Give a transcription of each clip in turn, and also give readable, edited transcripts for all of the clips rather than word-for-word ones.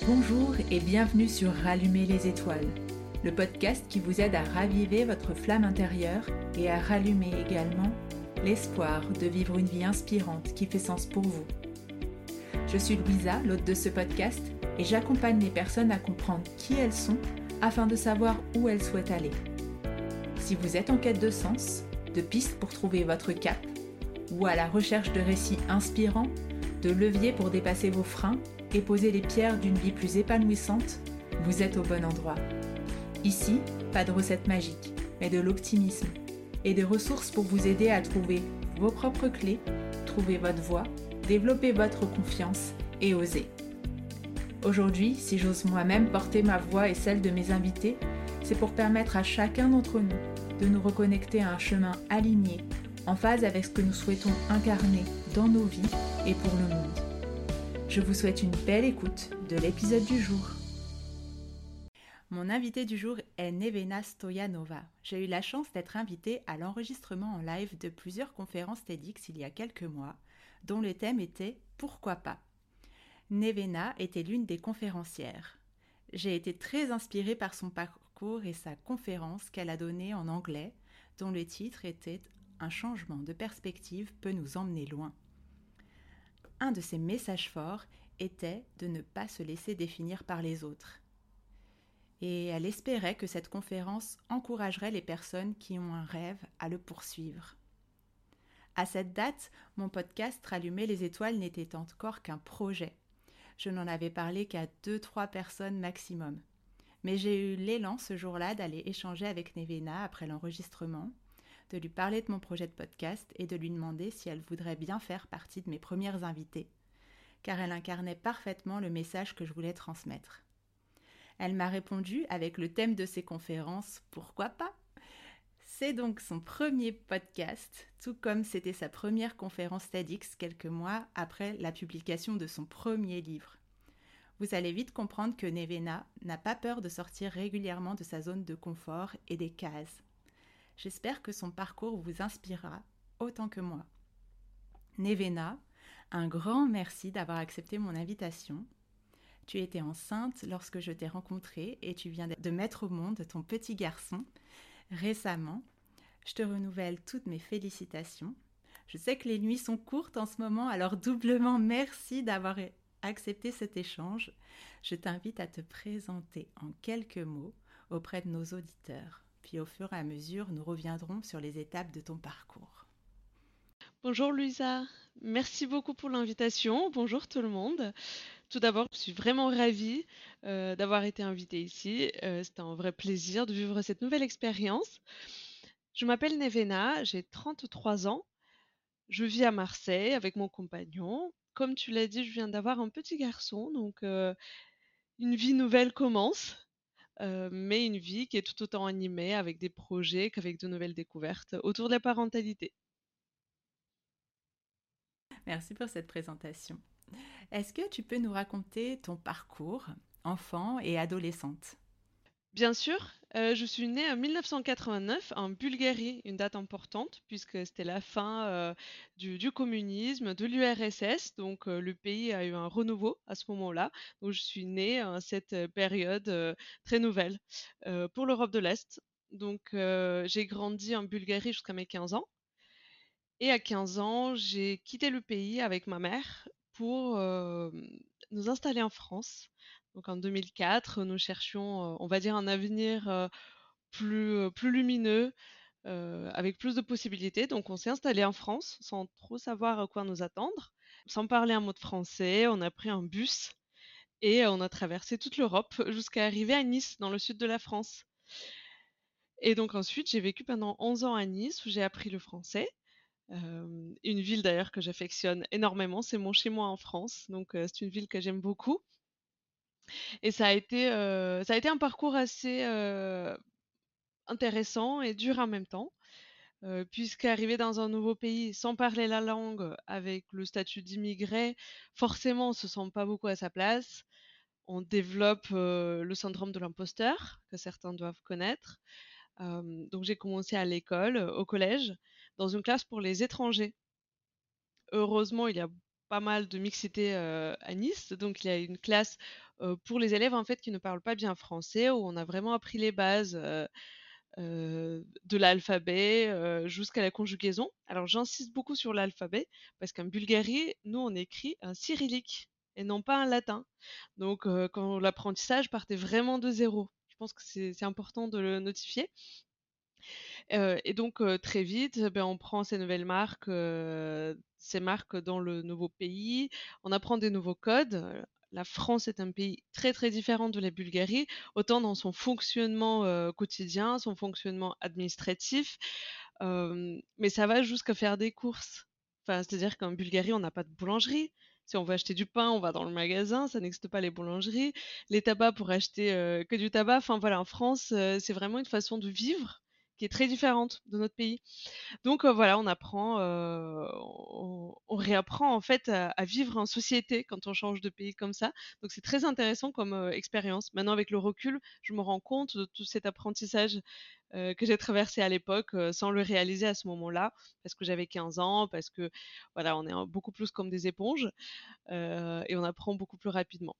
Bonjour et bienvenue sur Rallumer les étoiles, le podcast qui vous aide à raviver votre flamme intérieure et à rallumer également l'espoir de vivre une vie inspirante qui fait sens pour vous. Je suis Louisa, l'hôte de ce podcast, et j'accompagne les personnes à comprendre qui elles sont afin de savoir où elles souhaitent aller. Si vous êtes en quête de sens, de pistes pour trouver votre cap, ou à la recherche de récits inspirants, de leviers pour dépasser vos freins et poser les pierres d'une vie plus épanouissante, vous êtes au bon endroit. Ici, pas de recette magique, mais de l'optimisme et des ressources pour vous aider à trouver vos propres clés, trouver votre voie, développer votre confiance et oser. Aujourd'hui, si j'ose moi-même porter ma voix et celle de mes invités, c'est pour permettre à chacun d'entre nous de nous reconnecter à un chemin aligné, en phase avec ce que nous souhaitons incarner dans nos vies et pour le monde. Je vous souhaite une belle écoute de l'épisode du jour. Mon invitée du jour est Nevena Stoyanova. J'ai eu la chance d'être invitée à l'enregistrement en live de plusieurs conférences TEDx il y a quelques mois, dont le thème était « Pourquoi pas ?» Nevena était l'une des conférencières. J'ai été très inspirée par son parcours et sa conférence qu'elle a donnée en anglais, dont le titre était « Un changement de perspective peut nous emmener loin ». Un de ses messages forts était de ne pas se laisser définir par les autres. Et elle espérait que cette conférence encouragerait les personnes qui ont un rêve à le poursuivre. À cette date, mon podcast Rallumer les étoiles n'était encore qu'un projet. Je n'en avais parlé qu'à 2-3 personnes maximum. Mais j'ai eu l'élan ce jour-là d'aller échanger avec Nevena après l'enregistrement, de lui parler de mon projet de podcast et de lui demander si elle voudrait bien faire partie de mes premières invitées, car elle incarnait parfaitement le message que je voulais transmettre. Elle m'a répondu avec le thème de ses conférences « Pourquoi pas ?» C'est donc son premier podcast, tout comme c'était sa première conférence TEDx quelques mois après la publication de son premier livre. Vous allez vite comprendre que Nevena n'a pas peur de sortir régulièrement de sa zone de confort et des cases. J'espère que son parcours vous inspirera autant que moi. Nevena, un grand merci d'avoir accepté mon invitation. Tu étais enceinte lorsque je t'ai rencontrée et tu viens de mettre au monde ton petit garçon récemment. Je te renouvelle toutes mes félicitations. Je sais que les nuits sont courtes en ce moment, alors doublement merci d'avoir accepté cet échange. Je t'invite à te présenter en quelques mots auprès de nos auditeurs. Puis au fur et à mesure, nous reviendrons sur les étapes de ton parcours. Bonjour Luisa, merci beaucoup pour l'invitation. Bonjour tout le monde. Tout d'abord, je suis vraiment ravie d'avoir été invitée ici. C'était un vrai plaisir de vivre cette nouvelle expérience. Je m'appelle Nevena, j'ai 33 ans. Je vis à Marseille avec mon compagnon. Comme tu l'as dit, je viens d'avoir un petit garçon, donc une vie nouvelle commence, mais une vie qui est tout autant animée avec des projets qu'avec de nouvelles découvertes autour de la parentalité. Merci pour cette présentation. Est-ce que tu peux nous raconter ton parcours, enfant et adolescente ? Bien sûr, je suis née en 1989 en Bulgarie, une date importante puisque c'était la fin du communisme, de l'URSS, donc le pays a eu un renouveau à ce moment-là. Donc je suis née à cette période très nouvelle pour l'Europe de l'Est. Donc j'ai grandi en Bulgarie jusqu'à mes 15 ans. Et à 15 ans, j'ai quitté le pays avec ma mère pour nous installer en France. Donc en 2004, nous cherchions, on va dire, un avenir plus lumineux, avec plus de possibilités. Donc on s'est installé en France sans trop savoir à quoi nous attendre, sans parler un mot de français. On a pris un bus et on a traversé toute l'Europe jusqu'à arriver à Nice, dans le sud de la France. Et donc ensuite, j'ai vécu pendant 11 ans à Nice où j'ai appris le français. Une ville d'ailleurs que j'affectionne énormément, c'est mon chez moi en France, donc c'est une ville que j'aime beaucoup. Et ça a été un parcours assez intéressant et dur en même temps, puisqu'arriver dans un nouveau pays sans parler la langue, avec le statut d'immigré, forcément on se sent pas beaucoup à sa place. On développe le syndrome de l'imposteur, que certains doivent connaître. Donc j'ai commencé à l'école, au collège, dans une classe pour les étrangers. Heureusement, il y a pas mal de mixité à Nice. Donc il y a une classe pour les élèves en fait qui ne parlent pas bien français, où on a vraiment appris les bases de l'alphabet jusqu'à la conjugaison. Alors j'insiste beaucoup sur l'alphabet parce qu'en Bulgarie, nous on écrit un cyrillique et non pas un latin. Donc quand l'apprentissage partait vraiment de zéro. Je pense que c'est important de le notifier. Et donc très vite, ben, on prend ces marques dans le nouveau pays, on apprend des nouveaux codes. La France est un pays très, très différent de la Bulgarie, autant dans son fonctionnement, quotidien, son fonctionnement administratif, mais ça va jusqu'à faire des courses. Enfin, c'est-à-dire qu'en Bulgarie, on n'a pas de boulangerie. Si on veut acheter du pain, on va dans le magasin, ça n'existe pas les boulangeries. Les tabacs pour acheter, que du tabac, enfin voilà, en France, c'est vraiment une façon de vivre qui est très différente de notre pays. Donc voilà, on réapprend en fait à vivre en société quand on change de pays comme ça. Donc c'est très intéressant comme expérience. Maintenant, avec le recul, je me rends compte de tout cet apprentissage que j'ai traversé à l'époque sans le réaliser à ce moment-là, parce que j'avais 15 ans, parce que voilà, on est beaucoup plus comme des éponges et on apprend beaucoup plus rapidement.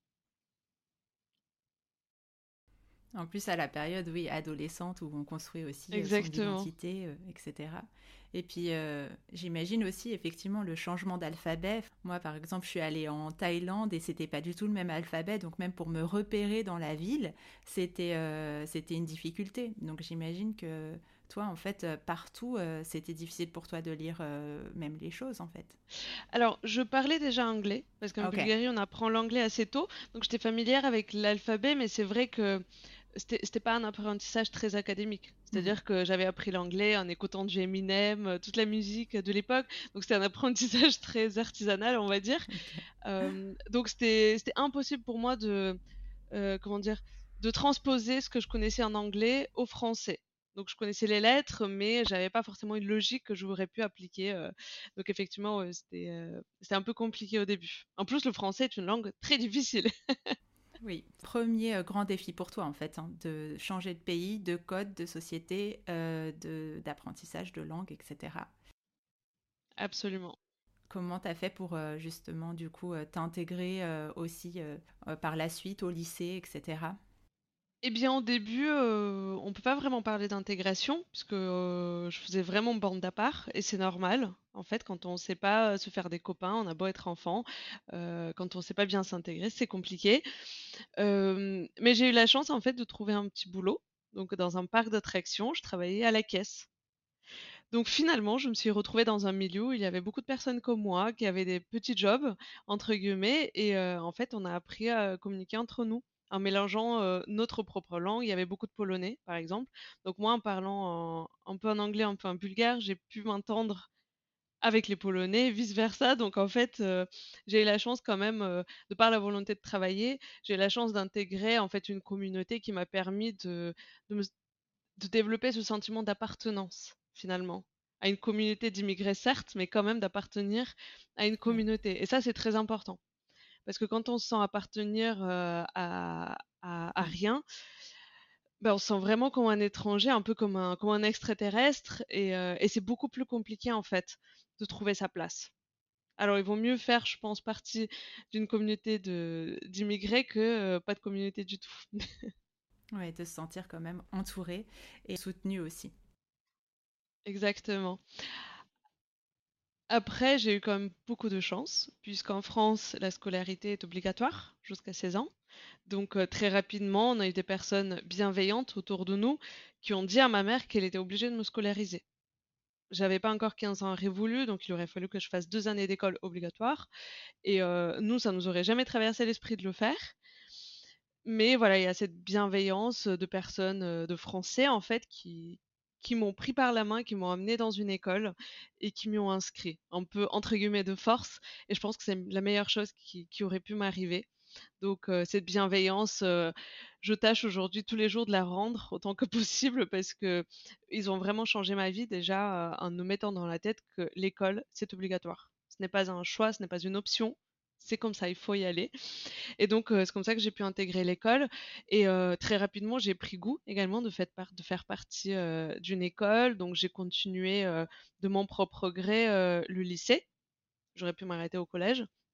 En plus, à la période, oui, adolescente, où on construit aussi son Exactement. identité, etc. Et puis, j'imagine aussi, effectivement, le changement d'alphabet. Moi, par exemple, je suis allée en Thaïlande et c'était pas du tout le même alphabet. Donc, même pour me repérer dans la ville, c'était une difficulté. Donc, j'imagine que toi, en fait, partout, c'était difficile pour toi de lire même les choses, en fait. Alors, je parlais déjà anglais, parce qu'en Ok. Bulgarie, on apprend l'anglais assez tôt, donc j'étais familière avec l'alphabet, mais c'est vrai que c'était pas un apprentissage très académique. Mhm. C'est-à-dire que j'avais appris l'anglais en écoutant du Eminem, toute la musique de l'époque, donc c'était un apprentissage très artisanal, on va dire. Ok. Donc c'était impossible pour moi comment dire, de transposer ce que je connaissais en anglais au français. Donc je connaissais les lettres, mais j'avais pas forcément une logique que j'aurais pu appliquer. Donc effectivement, c'était un peu compliqué au début. En plus, le français est une langue très difficile. Oui, premier grand défi pour toi en fait, hein, de changer de pays, de code, de société, d'apprentissage de langue, etc. Absolument. Comment t'as fait pour justement du coup t'intégrer aussi par la suite au lycée, etc. Eh bien, au début, on peut pas vraiment parler d'intégration puisque, je faisais vraiment bande à part et c'est normal. En fait, quand on sait pas, se faire des copains, on a beau être enfant, quand on sait pas bien s'intégrer, c'est compliqué. Mais j'ai eu la chance, en fait, de trouver un petit boulot. Donc dans un parc d'attractions, je travaillais à la caisse. Donc finalement, je me suis retrouvée dans un milieu où il y avait beaucoup de personnes comme moi qui avaient des «petits jobs» entre guillemets et en fait, on a appris à communiquer entre nous en mélangeant, notre propre langue. Il y avait beaucoup de polonais, par exemple. Donc moi, en parlant un peu en anglais, un peu en bulgare, j'ai pu m'entendre avec les polonais, vice versa. Donc en fait, j'ai eu la chance quand même, de par la volonté de travailler, j'ai eu la chance d'intégrer en fait une communauté qui m'a permis de me de développer ce sentiment d'appartenance, finalement, à une communauté d'immigrés, certes, mais quand même d'appartenir à une Oui. communauté. Et ça, c'est très important. Parce que quand on se sent appartenir à Mm. rien, ben, on se sent vraiment comme un étranger, un peu comme un extraterrestre. Et c'est beaucoup plus compliqué, en fait, de trouver sa place. Alors, il vaut mieux faire, je pense, partie d'une communauté d'immigrés que pas de communauté du tout. Ouais, de se sentir quand même entouré et soutenu aussi. Exactement. Après, j'ai eu quand même beaucoup de chance, puisqu'en France, la scolarité est obligatoire jusqu'à 16 ans. Donc, très rapidement, on a eu des personnes bienveillantes autour de nous qui ont dit à ma mère qu'elle était obligée de me scolariser. J'avais pas encore 15 ans révolus, donc il aurait fallu que je fasse 2 années d'école obligatoire. Et nous, ça nous aurait jamais traversé l'esprit de le faire. Mais voilà, il y a cette bienveillance de personnes, de Français en fait qui m'ont pris par la main, qui m'ont amené dans une école et qui m'y ont inscrit, un peu entre guillemets «de force» et je pense que c'est la meilleure chose qui aurait pu m'arriver. Donc cette bienveillance, je tâche aujourd'hui tous les jours de la rendre autant que possible parce qu'ils ont vraiment changé ma vie déjà, en nous mettant dans la tête que l'école, c'est obligatoire. Ce n'est pas un choix, ce n'est pas une option, c'est comme ça, il faut y aller. Et donc, c'est comme ça que j'ai pu intégrer l'école et très rapidement, j'ai pris goût également de faire partie, d'une école. Donc j'ai continué, de mon propre gré, le lycée. J'aurais pu m'arrêter au collège.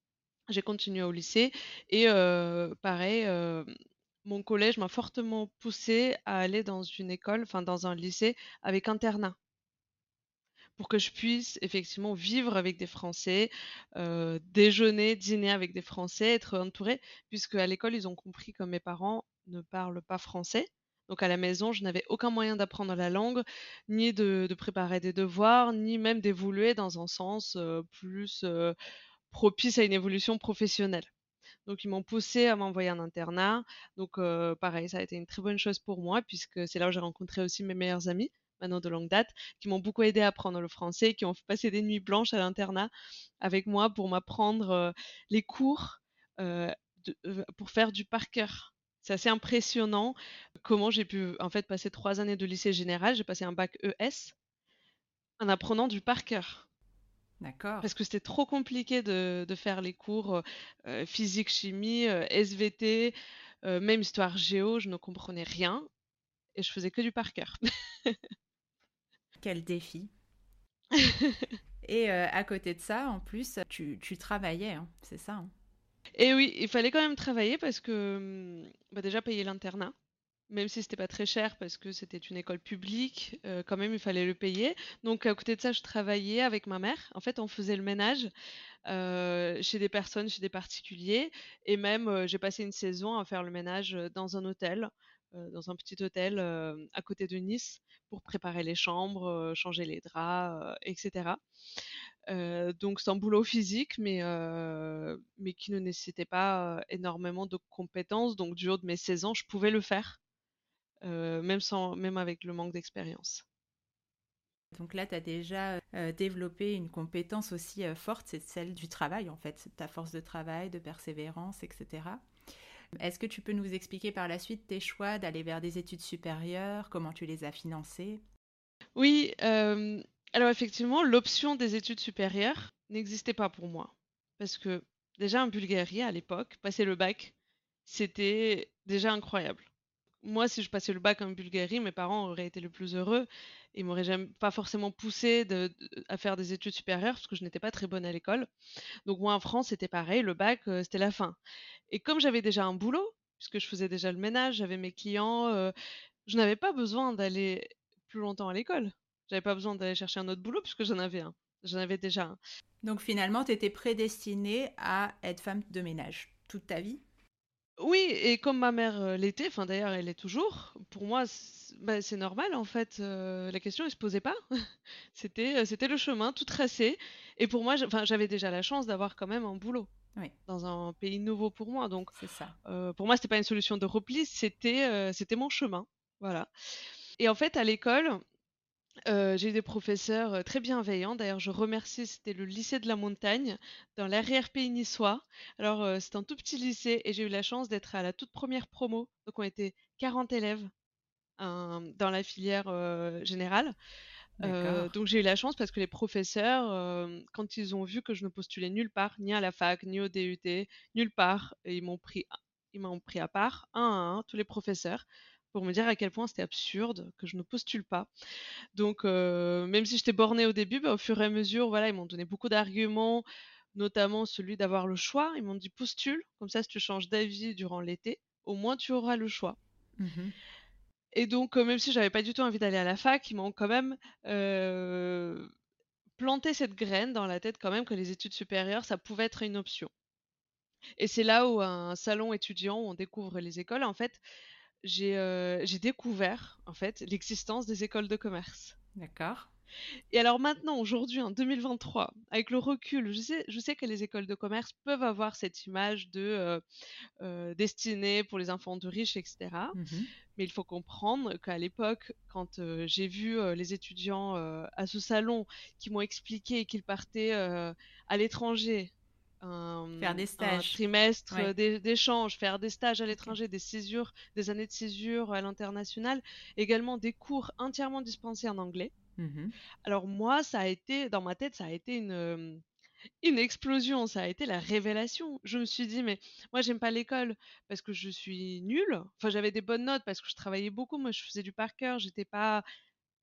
J'ai continué au lycée et pareil, mon collège m'a fortement poussée à aller dans une école, enfin dans un lycée avec internat, pour que je puisse effectivement vivre avec des Français, déjeuner, dîner avec des Français, être entourée, puisque à l'école, ils ont compris que mes parents ne parlent pas français. Donc à la maison, je n'avais aucun moyen d'apprendre la langue, ni de préparer des devoirs, ni même d'évoluer dans un sens, plus, propice à une évolution professionnelle. Donc ils m'ont poussée à m'envoyer en internat. Donc pareil, ça a été une très bonne chose pour moi puisque c'est là où j'ai rencontré aussi mes meilleurs amis, maintenant de longue date, qui m'ont beaucoup aidé à apprendre le français, qui ont passé des nuits blanches à l'internat avec moi pour m'apprendre, les cours, heu, pour faire du par cœur. C'est assez impressionnant comment j'ai pu, en fait, passer 3 années de lycée général. J'ai passé un bac ES en apprenant du par cœur. D'accord. Parce que c'était trop compliqué de faire les cours, physique, chimie, SVT, même histoire géo, je ne comprenais rien et je faisais que du par cœur. Quel défi. Et à côté de ça, en plus, tu travaillais, hein, c'est ça, hein? Et oui, il fallait quand même travailler parce que, bah, déjà payer l'internat, même si c'était pas très cher parce que c'était une école publique, quand même il fallait le payer. Donc à côté de ça, je travaillais avec ma mère. En fait, on faisait le ménage, chez des personnes, chez des particuliers et même, j'ai passé une saison à faire le ménage, dans un hôtel, dans un petit hôtel, à côté de Nice pour préparer les chambres, changer les draps, et cetera. Donc c'est un boulot physique mais qui ne nécessitait pas, énormément de compétences donc du haut de mes 16 ans, je pouvais le faire, même avec le manque d'expérience. Donc là, tu as déjà développé une compétence aussi forte, c'est celle du travail, en fait, ta force de travail, de persévérance, etc. Est-ce que tu peux nous expliquer par la suite tes choix d'aller vers des études supérieures, comment tu les as financées? Oui, alors effectivement, l'option des études supérieures n'existait pas pour moi. Parce que déjà en Bulgarie, à l'époque, passer le bac, c'était déjà incroyable. Moi, si je passais le bac en Bulgarie, mes parents auraient été le plus heureux. Ils m'auraient jamais, pas forcément poussé à faire des études supérieures parce que je n'étais pas très bonne à l'école. Donc moi, en France, c'était pareil, le bac, c'était la fin. Et comme j'avais déjà un boulot, puisque je faisais déjà le ménage, j'avais mes clients, je n'avais pas besoin d'aller plus longtemps à l'école. J'avais pas besoin d'aller chercher un autre boulot puisque j'en avais un. J'en avais déjà un. Donc finalement, tu étais prédestinée à être femme de ménage toute ta vie? Oui, et comme ma mère l'était, enfin d'ailleurs elle l'est toujours, pour moi bah, c'est normal en fait. La question elle se posait pas. C'était le chemin tout tracé. Et pour moi, enfin, j'avais déjà la chance d'avoir quand même un boulot Oui, dans un pays nouveau pour moi. Donc c'est ça. pour moi, c'était pas une solution de repli, c'était mon chemin. Voilà. Et en fait, à l'école, j'ai eu des professeurs, très bienveillants. D'ailleurs, je remercie, c'était le lycée de la Montagne, dans l'arrière-pays niçois. Alors, c'est un tout petit lycée et j'ai eu la chance d'être à la toute première promo. Donc on était 40 élèves, dans la filière, générale. D'accord. Donc j'ai eu la chance parce que les professeurs, quand ils ont vu que je ne postulais nulle part, ni à la fac, ni au DUT, nulle part, et ils m'ont pris à part, un à un, tous les professeurs, pour me dire à quel point c'était absurde que je ne postule pas. Donc même si j'étais bornée au début, bah, au fur et à mesure, voilà, ils m'ont donné beaucoup d'arguments, notamment celui d'avoir le choix. Ils m'ont dit: «Postule, comme ça si tu changes d'avis durant l'été, au moins tu auras le choix». Mhm. Et donc même si j'avais pas du tout envie d'aller à la fac, ils m'ont quand même, heu, planté cette graine dans la tête quand même que les études supérieures, ça pouvait être une option. Et c'est là où, à un salon étudiant, où on découvre les écoles, en fait, j'ai découvert, en fait, l'existence des écoles de commerce. D'accord. Et alors maintenant, aujourd'hui, en 2023, avec le recul, je sais que les écoles de commerce peuvent avoir cette image de, destinée pour les enfants de riches et cetera. Mhm. Mais il faut comprendre qu'à l'époque, quand, j'ai vu, les étudiants, à ce salon qui m'ont expliqué qu'ils partaient, à l'étranger, Faire des un stages. trimestre, Oui. d'échange, faire des stages à Ok. l'étranger, des césures, des années de césure à l'international, également des cours entièrement dispensés en anglais. Mhm. Alors moi, ça a été dans ma tête, ça a été une explosion, ça a été la révélation. Je me suis dit: «Mais moi j'aime pas l'école parce que je suis nulle». Enfin, j'avais des bonnes notes parce que je travaillais beaucoup, moi je faisais du par cœur, j'étais pas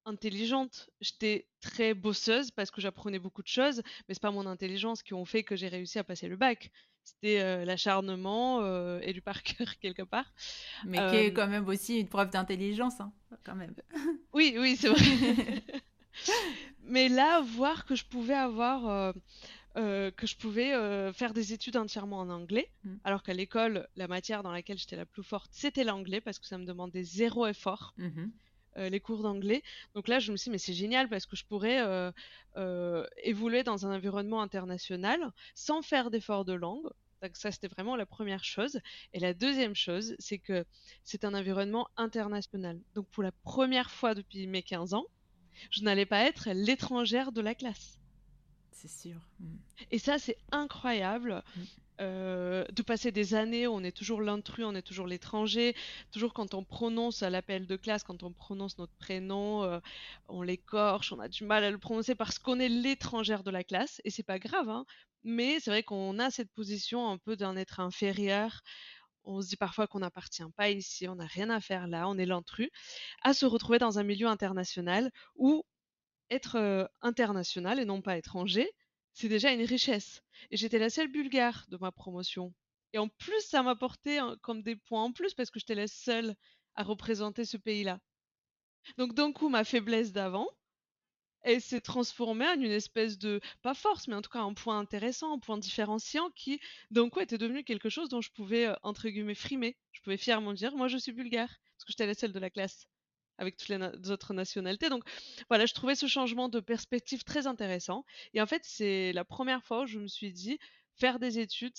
intelligente. J'étais très bosseuse parce que j'apprenais beaucoup de choses, mais c'est pas mon intelligence qui ont fait que j'ai réussi à passer le bac. C'était l'acharnement et du par cœur quelque part. Mais qui est Euh, quand même aussi une preuve d'intelligence, hein, quand même. oui, oui, c'est vrai. Mais là, voir que je pouvais avoir que je pouvais faire des études entièrement en anglais, Mm. alors qu'à l'école, la matière dans laquelle j'étais la plus forte, c'était l'anglais, parce que ça me demandait zéro effort, Mhm. les cours d'anglais. Donc là, je me suis dit, mais c'est génial, parce que je pourrais évoluer dans un environnement international sans faire d'effort de langue. Donc ça, c'était vraiment la première chose. Et la deuxième chose, c'est que c'est un environnement international. Donc pour la première fois depuis mes 15 ans, je n'allais pas être l'étrangère de la classe. C'est sûr. Mm. Et ça, c'est incroyable Mm. de passer des années où on est toujours l'intrus, on est toujours l'étranger, toujours quand on prononce à l'appel de classe, quand on prononce notre prénom, on l'écorche, on a du mal à le prononcer parce qu'on est l'étrangère de la classe, et c'est pas grave, hein, mais c'est vrai qu'on a cette position un peu d'un être inférieur. On se dit parfois qu'on n'appartient pas ici, on n'a rien à faire là, on est l'intrus, à se retrouver dans un milieu international où être international et non pas étranger, c'est déjà une richesse. Et j'étais la seule bulgare de ma promotion. Et en plus, ça m'apportait comme des points en plus parce que j'étais la seule à représenter ce pays-là. Donc d'un coup, ma faiblesse d'avant, elle s'est transformée en une espèce de, pas force, mais en tout cas un point intéressant, un point différenciant qui, d'un coup, était devenu quelque chose dont je pouvais, entre guillemets, frimer. Je pouvais fièrement dire, moi je suis bulgare, parce que j'étais la seule de la classe avec toutes les autres nationalités. Donc voilà, je trouvais ce changement de perspective très intéressant. Et en fait, c'est la première fois où je me suis dit, faire des études,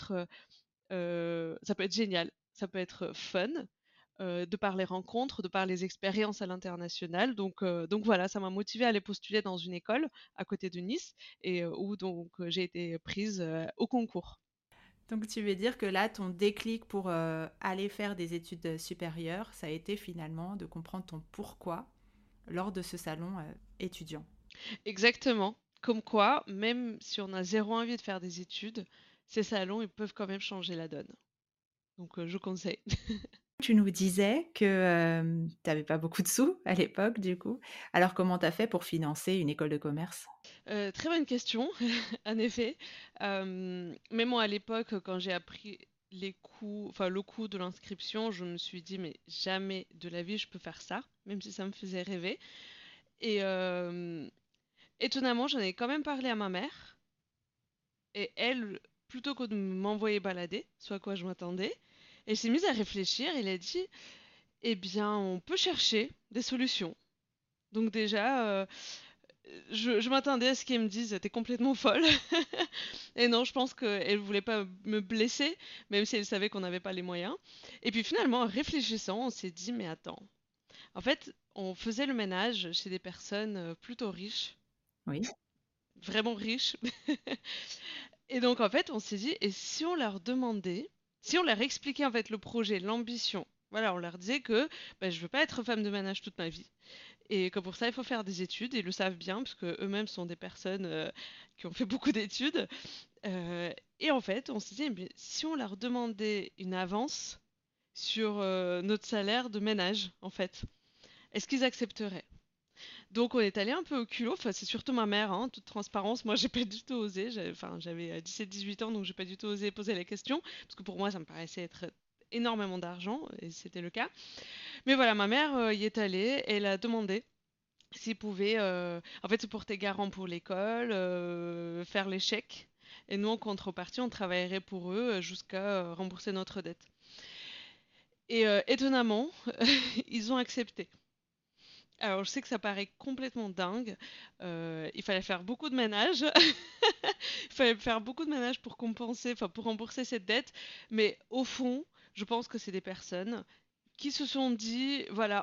ça peut être génial, ça peut être fun, de par les rencontres, de par les expériences à l'international. Donc voilà, ça m'a motivée à aller postuler dans une école à côté de Nice et où donc j'ai été prise au concours. Donc tu veux dire que là, ton déclic pour aller faire des études supérieures, ça a été finalement de comprendre ton pourquoi lors de ce salon étudiant. Exactement. Comme quoi, même si on a zéro envie de faire des études, ces salons, ils peuvent quand même changer la donne. Donc je conseille. Tu nous disais que tu n'avais pas beaucoup de sous à l'époque, du coup. Alors comment tu as fait pour financer une école de commerce? Très bonne question, en effet. Mais moi, à l'époque, quand j'ai appris les coûts, enfin le coût de l'inscription, je me suis dit, mais jamais de la vie je peux faire ça, même si ça me faisait rêver. Et étonnamment, j'en ai quand même parlé à ma mère. Et elle, plutôt que de m'envoyer balader, ce à quoi je m'attendais, elle s'est mise à réfléchir et elle a dit, eh bien, on peut chercher des solutions. Donc déjà, je m'attendais à ce qu'elle me dise, t'es complètement folle. Et non, je pense qu'elle voulait pas me blesser, même si elle savait qu'on n'avait pas les moyens. Et puis finalement, en réfléchissant, on s'est dit, mais attends, en fait, on faisait le ménage chez des personnes plutôt riches, Oui. vraiment riches. Et donc, en fait, on s'est dit, et si on leur demandait, si on leur expliquait en fait le projet, l'ambition, voilà, on leur disait que bah, je veux pas être femme de ménage toute ma vie. Et que pour ça, il faut faire des études, et ils le savent bien, parce qu'eux-mêmes sont des personnes qui ont fait beaucoup d'études. Et en fait, on s'est dit, mais si on leur demandait une avance sur notre salaire de ménage, en fait, est-ce qu'ils accepteraient? Donc on est allé un peu au culot, enfin c'est surtout ma mère, hein, toute transparence, moi j'ai pas du tout osé, j'avais 17-18 ans donc j'ai pas du tout osé poser la question, parce que pour moi ça me paraissait être énormément d'argent, et c'était le cas. Mais voilà, ma mère y est allée, et elle a demandé s'ils pouvaient, en fait se porter garant pour l'école, faire les chèques, et nous en contrepartie on travaillerait pour eux jusqu'à rembourser notre dette. Et étonnamment, ils ont accepté. Alors, je sais que ça paraît complètement dingue. Il fallait faire beaucoup de ménage. Il fallait faire beaucoup de ménage pour compenser, enfin pour rembourser cette dette. Mais au fond, je pense que c'est des personnes qui se sont dit, voilà,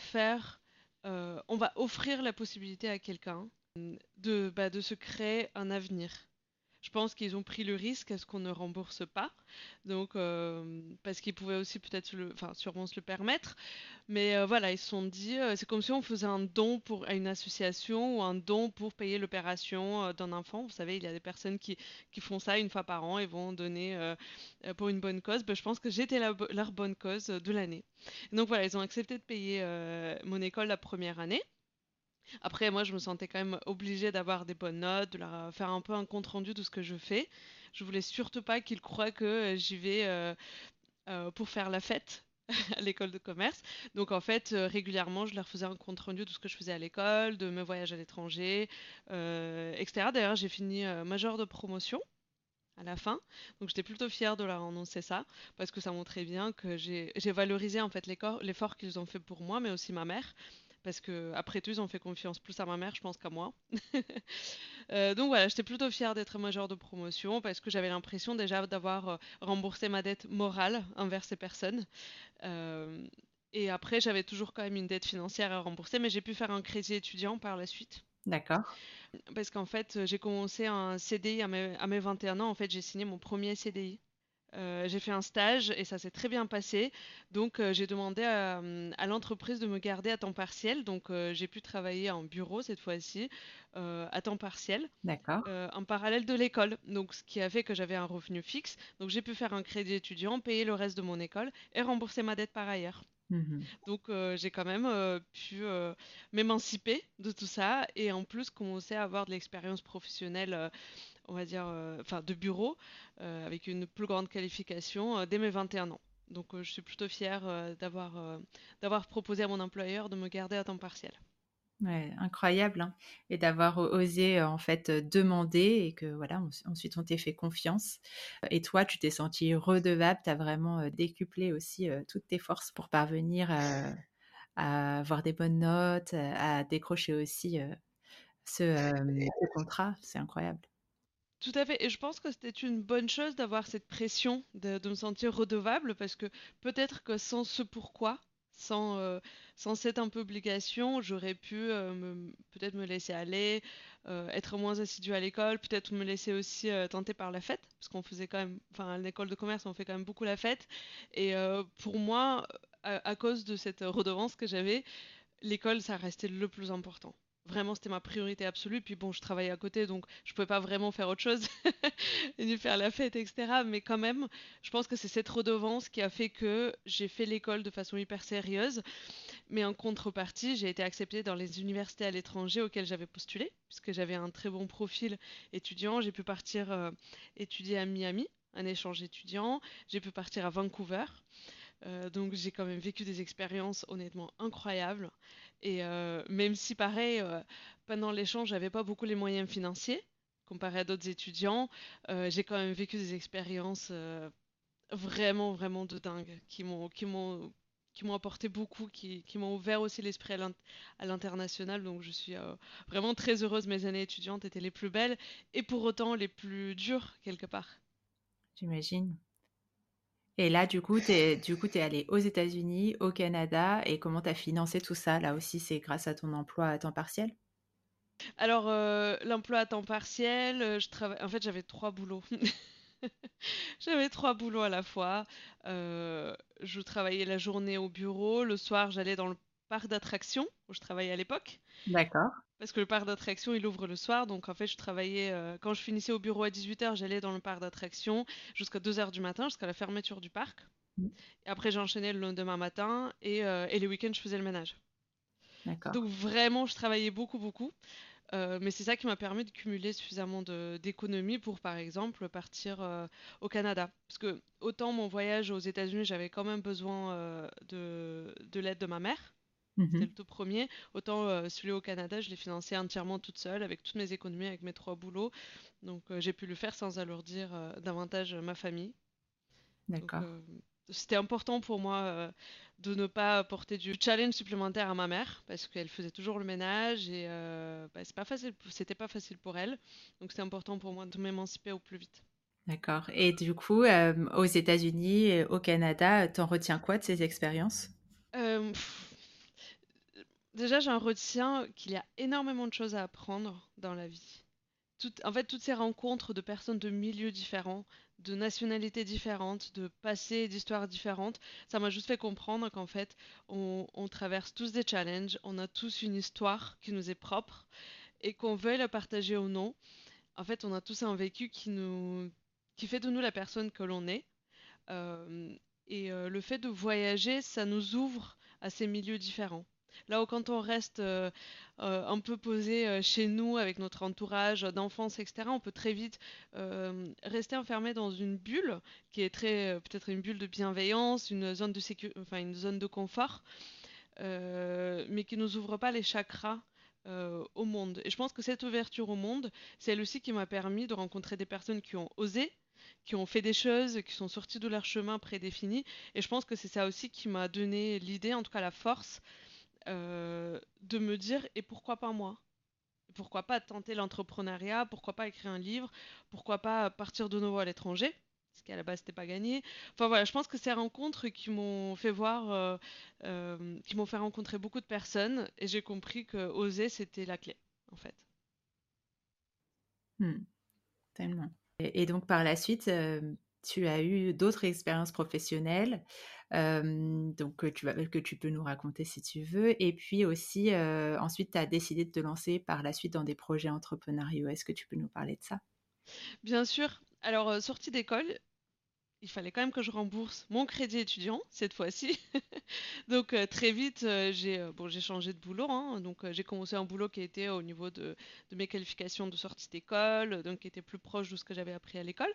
on va offrir la possibilité à quelqu'un de se créer un avenir. Je pense qu'ils ont pris le risque à ce qu'on ne rembourse pas, donc parce qu'ils pouvaient aussi peut-être enfin sûrement se le permettre, mais voilà, ils se sont dit, c'est comme si on faisait un don à une association ou un don pour payer l'opération d'un enfant. Vous savez, il y a des personnes qui font ça une fois par an et vont donner pour une bonne cause. Ben, je pense que j'étais leur bonne cause de l'année. Donc voilà, ils ont accepté de payer mon école la première année. Après, moi, je me sentais quand même obligée d'avoir des bonnes notes, de leur faire un peu un compte rendu de ce que je fais. Je voulais surtout pas qu'ils croient que j'y vais pour faire la fête à l'école de commerce. Donc en fait, régulièrement, je leur faisais un compte rendu de ce que je faisais à l'école, de mes voyages à l'étranger, etc. D'ailleurs, j'ai fini major de promotion à la fin. Donc j'étais plutôt fière de leur annoncer ça, parce que ça montrait bien que j'ai valorisé en fait l'effort qu'ils ont fait pour moi, mais aussi ma mère. Parce que après tout, ils ont fait confiance plus à ma mère, je pense, qu'à moi. Donc voilà, j'étais plutôt fière d'être major de promotion parce que j'avais l'impression déjà d'avoir remboursé ma dette morale envers ces personnes. Euh, et après, j'avais toujours quand même une dette financière à rembourser, mais j'ai pu faire un crédit étudiant par la suite. D'accord. Parce qu'en fait, j'ai commencé un CDI à mes 21 ans. En fait, j'ai signé mon premier CDI. J'ai fait un stage et ça s'est très bien passé. Donc, j'ai demandé à l'entreprise de me garder à temps partiel. Donc, j'ai pu travailler en bureau cette fois-ci, à temps partiel, D'accord. en parallèle de l'école. Donc, ce qui a fait que j'avais un revenu fixe. Donc, j'ai pu faire un crédit étudiant, payer le reste de mon école et rembourser ma dette par ailleurs. Mhm. Donc j'ai quand même pu m'émanciper de tout ça et en plus commencer à avoir de l'expérience professionnelle, on va dire, enfin de bureau, avec une plus grande qualification dès mes 21 ans. Donc je suis plutôt fière d'avoir proposé à mon employeur de me garder à temps partiel. Ouais, incroyable, hein, et d'avoir osé, en fait, demander et que voilà, ensuite on t'ait fait confiance et toi, tu t'es sentie redevable. Tu as vraiment, décuplé aussi, toutes tes forces pour parvenir, à avoir des bonnes notes, à décrocher aussi, ce contrat. C'est incroyable. Tout à fait. Et je pense que c'était une bonne chose d'avoir cette pression de me sentir redevable parce que peut-être que sans ce pourquoi, sans cette un peu obligation, j'aurais pu peut-être me laisser aller, être moins assidue à l'école, peut-être me laisser aussi tenter par la fête, parce qu'on faisait quand même, enfin à l'école de commerce, on fait quand même beaucoup la fête. Et pour moi, à cause de cette redevance que j'avais, l'école, ça restait le plus important. Vraiment, c'était ma priorité absolue. Puis bon, je travaillais à côté, donc je pouvais pas vraiment faire autre chose, ni faire la fête, etc. Mais quand même, je pense que c'est cette redevance qui a fait que j'ai fait l'école de façon hyper sérieuse. Mais en contrepartie, j'ai été acceptée dans les universités à l'étranger auxquelles j'avais postulé, puisque j'avais un très bon profil étudiant. J'ai pu partir étudier à Miami, un échange étudiant. J'ai pu partir à Vancouver. Donc j'ai quand même vécu des expériences honnêtement incroyables. Et même si pareil, pendant l'échange, j'avais pas beaucoup les moyens financiers, comparé à d'autres étudiants, j'ai quand même vécu des expériences vraiment, vraiment de dingue, qui m'ont apporté beaucoup, qui m'ont ouvert aussi l'esprit à l'international. Donc je suis vraiment très heureuse. Mes années étudiantes étaient les plus belles et pour autant les plus dures quelque part. J'imagine. Et là, du coup, t'es allée aux États-Unis, au Canada et comment tu as financé tout ça? Là aussi, c'est grâce à ton emploi à temps partiel? Alors, l'emploi à temps partiel, en fait, j'avais trois boulots. J'avais trois boulots à la fois. Je travaillais la journée au bureau. Le soir, j'allais dans le parc d'attractions où je travaillais à l'époque. D'accord. Parce que le parc d'attractions, il ouvre le soir. Donc, en fait, je travaillais. Quand je finissais au bureau à 18 h, j'allais dans le parc d'attractions jusqu'à 2 h du matin, jusqu'à la fermeture du parc. Mmh. Et après, j'enchaînais le lendemain matin. Et les week-ends, je faisais le ménage. D'accord. Donc, vraiment, je travaillais beaucoup, beaucoup. Mais c'est ça qui m'a permis de cumuler suffisamment d'économies pour, par exemple, partir au Canada. Parce que autant mon voyage aux États-Unis, j'avais quand même besoin de l'aide de ma mère. C'était Mmh. le tout premier. Autant celui au Canada, je l'ai financé entièrement toute seule, avec toutes mes économies, avec mes trois boulots. Donc j'ai pu le faire sans alourdir davantage ma famille. Donc D'accord. c'était important pour moi de ne pas apporter du challenge supplémentaire à ma mère parce qu'elle faisait toujours le ménage et bah, c'est pas facile, c'était pas facile pour elle. Donc c'était important pour moi de m'émanciper au plus vite. D'accord et du coup, aux États-Unis et au Canada, tu retiens quoi de ces expériences? Euh, pff, Déjà, j'en retiens qu'il y a énormément de choses à apprendre dans la vie. En fait, toutes ces rencontres de personnes de milieux différents, de nationalités différentes, de passés et d'histoires différentes, ça m'a juste fait comprendre qu'en fait, on traverse tous des challenges, on a tous une histoire qui nous est propre et qu'on veuille la partager ou non. En fait, on a tous un vécu qui fait de nous la personne que l'on est. Euh, et le fait de voyager, ça nous ouvre à ces milieux différents. Là où quand on reste un peu posé chez nous avec notre entourage d'enfance, etc., on peut très vite rester enfermé dans une bulle qui est très peut-être une bulle de bienveillance, une zone de enfin une zone de confort, mais qui nous ouvre pas les chakras. Au monde. Et je pense que cette ouverture au monde, c'est elle aussi qui m'a permis de rencontrer des personnes qui ont osé, qui ont fait des choses, qui sont sorties de leur chemin prédéfini. Et je pense que c'est ça aussi qui m'a donné l'idée, en tout cas la force, de me dire et pourquoi pas moi? Pourquoi pas tenter l'entrepreneuriat? Pourquoi pas écrire un livre? Pourquoi pas partir de nouveau à l'étranger? Ce qui à la base n'était pas gagné. Enfin voilà, je pense que ces rencontres qui m'ont fait voir, qui m'ont fait rencontrer beaucoup de personnes et j'ai compris que oser c'était la clé en fait. Hmm, tellement. Et donc par la suite, tu as eu d'autres expériences professionnelles, donc que tu peux nous raconter si tu veux. Et puis aussi, ensuite, tu as décidé de te lancer par la suite dans des projets entrepreneuriaux. Est-ce que tu peux nous parler de ça? Bien sûr, alors sortie d'école, il fallait quand même que je rembourse mon crédit étudiant cette fois-ci. Donc très vite, j'ai changé de boulot, hein. Donc j'ai commencé un boulot qui était au niveau de mes qualifications de sortie d'école, donc qui était plus proche de ce que j'avais appris à l'école.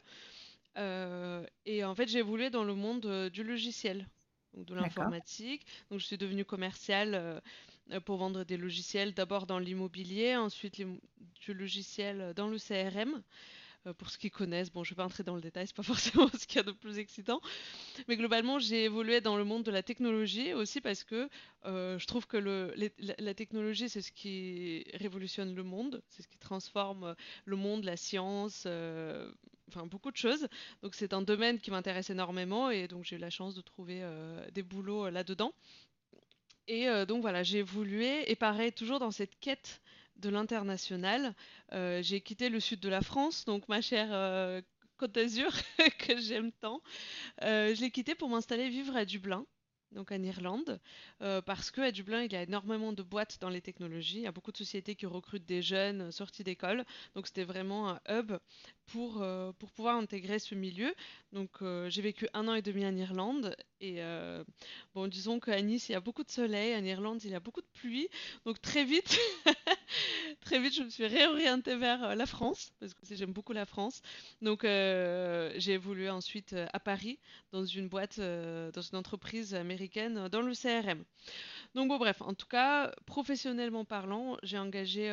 Et en fait, j'ai évolué dans le monde du logiciel, donc de D'accord. l'informatique. Donc je suis devenue commerciale pour vendre des logiciels, d'abord dans l'immobilier, ensuite du logiciel dans le CRM. Pour ceux qui connaissent, bon, je ne vais pas entrer dans le détail, c'est pas forcément ce qu'il y a de plus excitant. Mais globalement, j'ai évolué dans le monde de la technologie aussi parce que je trouve que la technologie, c'est ce qui révolutionne le monde, c'est ce qui transforme le monde, la science, enfin beaucoup de choses. Donc c'est un domaine qui m'intéresse énormément et donc j'ai eu la chance de trouver des boulots là-dedans. Et donc voilà, j'ai évolué et pareil, toujours dans cette quête de l'international, j'ai quitté le sud de la France, donc ma chère Côte d'Azur que j'aime tant. Je l'ai quitté pour m'installer vivre à Dublin, donc en Irlande, parce qu'à Dublin, il y a énormément de boîtes dans les technologies. Il y a beaucoup de sociétés qui recrutent des jeunes sortis d'école. Donc c'était vraiment un hub pour pouvoir intégrer ce milieu. Donc j'ai vécu 1 an et demi en Irlande. Et bon, disons qu'à Nice, il y a beaucoup de soleil. En Irlande, il y a beaucoup de pluie. Donc très vite, très vite, je me suis réorientée vers la France, parce que j'aime beaucoup la France. Donc j'ai évolué ensuite à Paris dans une boîte, dans une entreprise américaine dans le CRM. Donc bon, bref, en tout cas, professionnellement parlant, j'ai engagé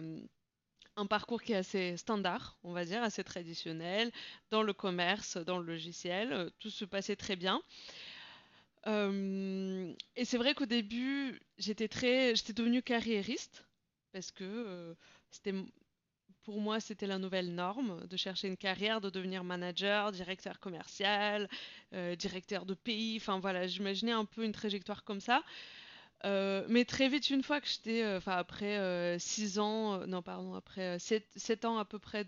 un parcours qui est assez standard, on va dire, assez traditionnel, dans le commerce, dans le logiciel. Tout se passait très bien. Et c'est vrai qu'au début, j'étais devenue carriériste parce que c'était pour moi, c'était la nouvelle norme de chercher une carrière, de devenir manager, directeur commercial, directeur de pays. Enfin voilà, j'imaginais un peu une trajectoire comme ça. Mais très vite, une fois que j'étais, enfin après 6 ans, non pardon, après 7 ans à peu près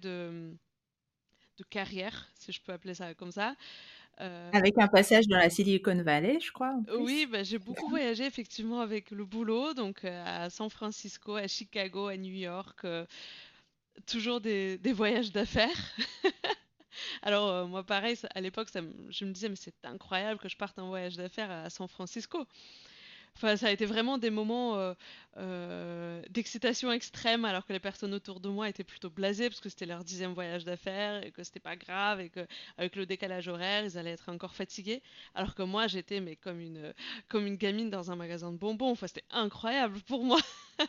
de carrière, si je peux appeler ça comme ça. euh, Avec un passage dans la Silicon Valley, je crois, en oui, plus. bah, j'ai beaucoup voyagé effectivement avec le boulot, donc à San Francisco, à Chicago, à New York, toujours des voyages d'affaires. Alors, moi, pareil, à l'époque, je me disais, mais c'est incroyable que je parte en voyage d'affaires à San Francisco. Enfin, ça a été vraiment des moments d'excitation extrême, alors que les personnes autour de moi étaient plutôt blasées parce que c'était leur 10e voyage d'affaires et que c'était pas grave et que avec le décalage horaire, ils allaient être encore fatigués. Alors que moi, j'étais mais comme une gamine dans un magasin de bonbons. Enfin, c'était incroyable pour moi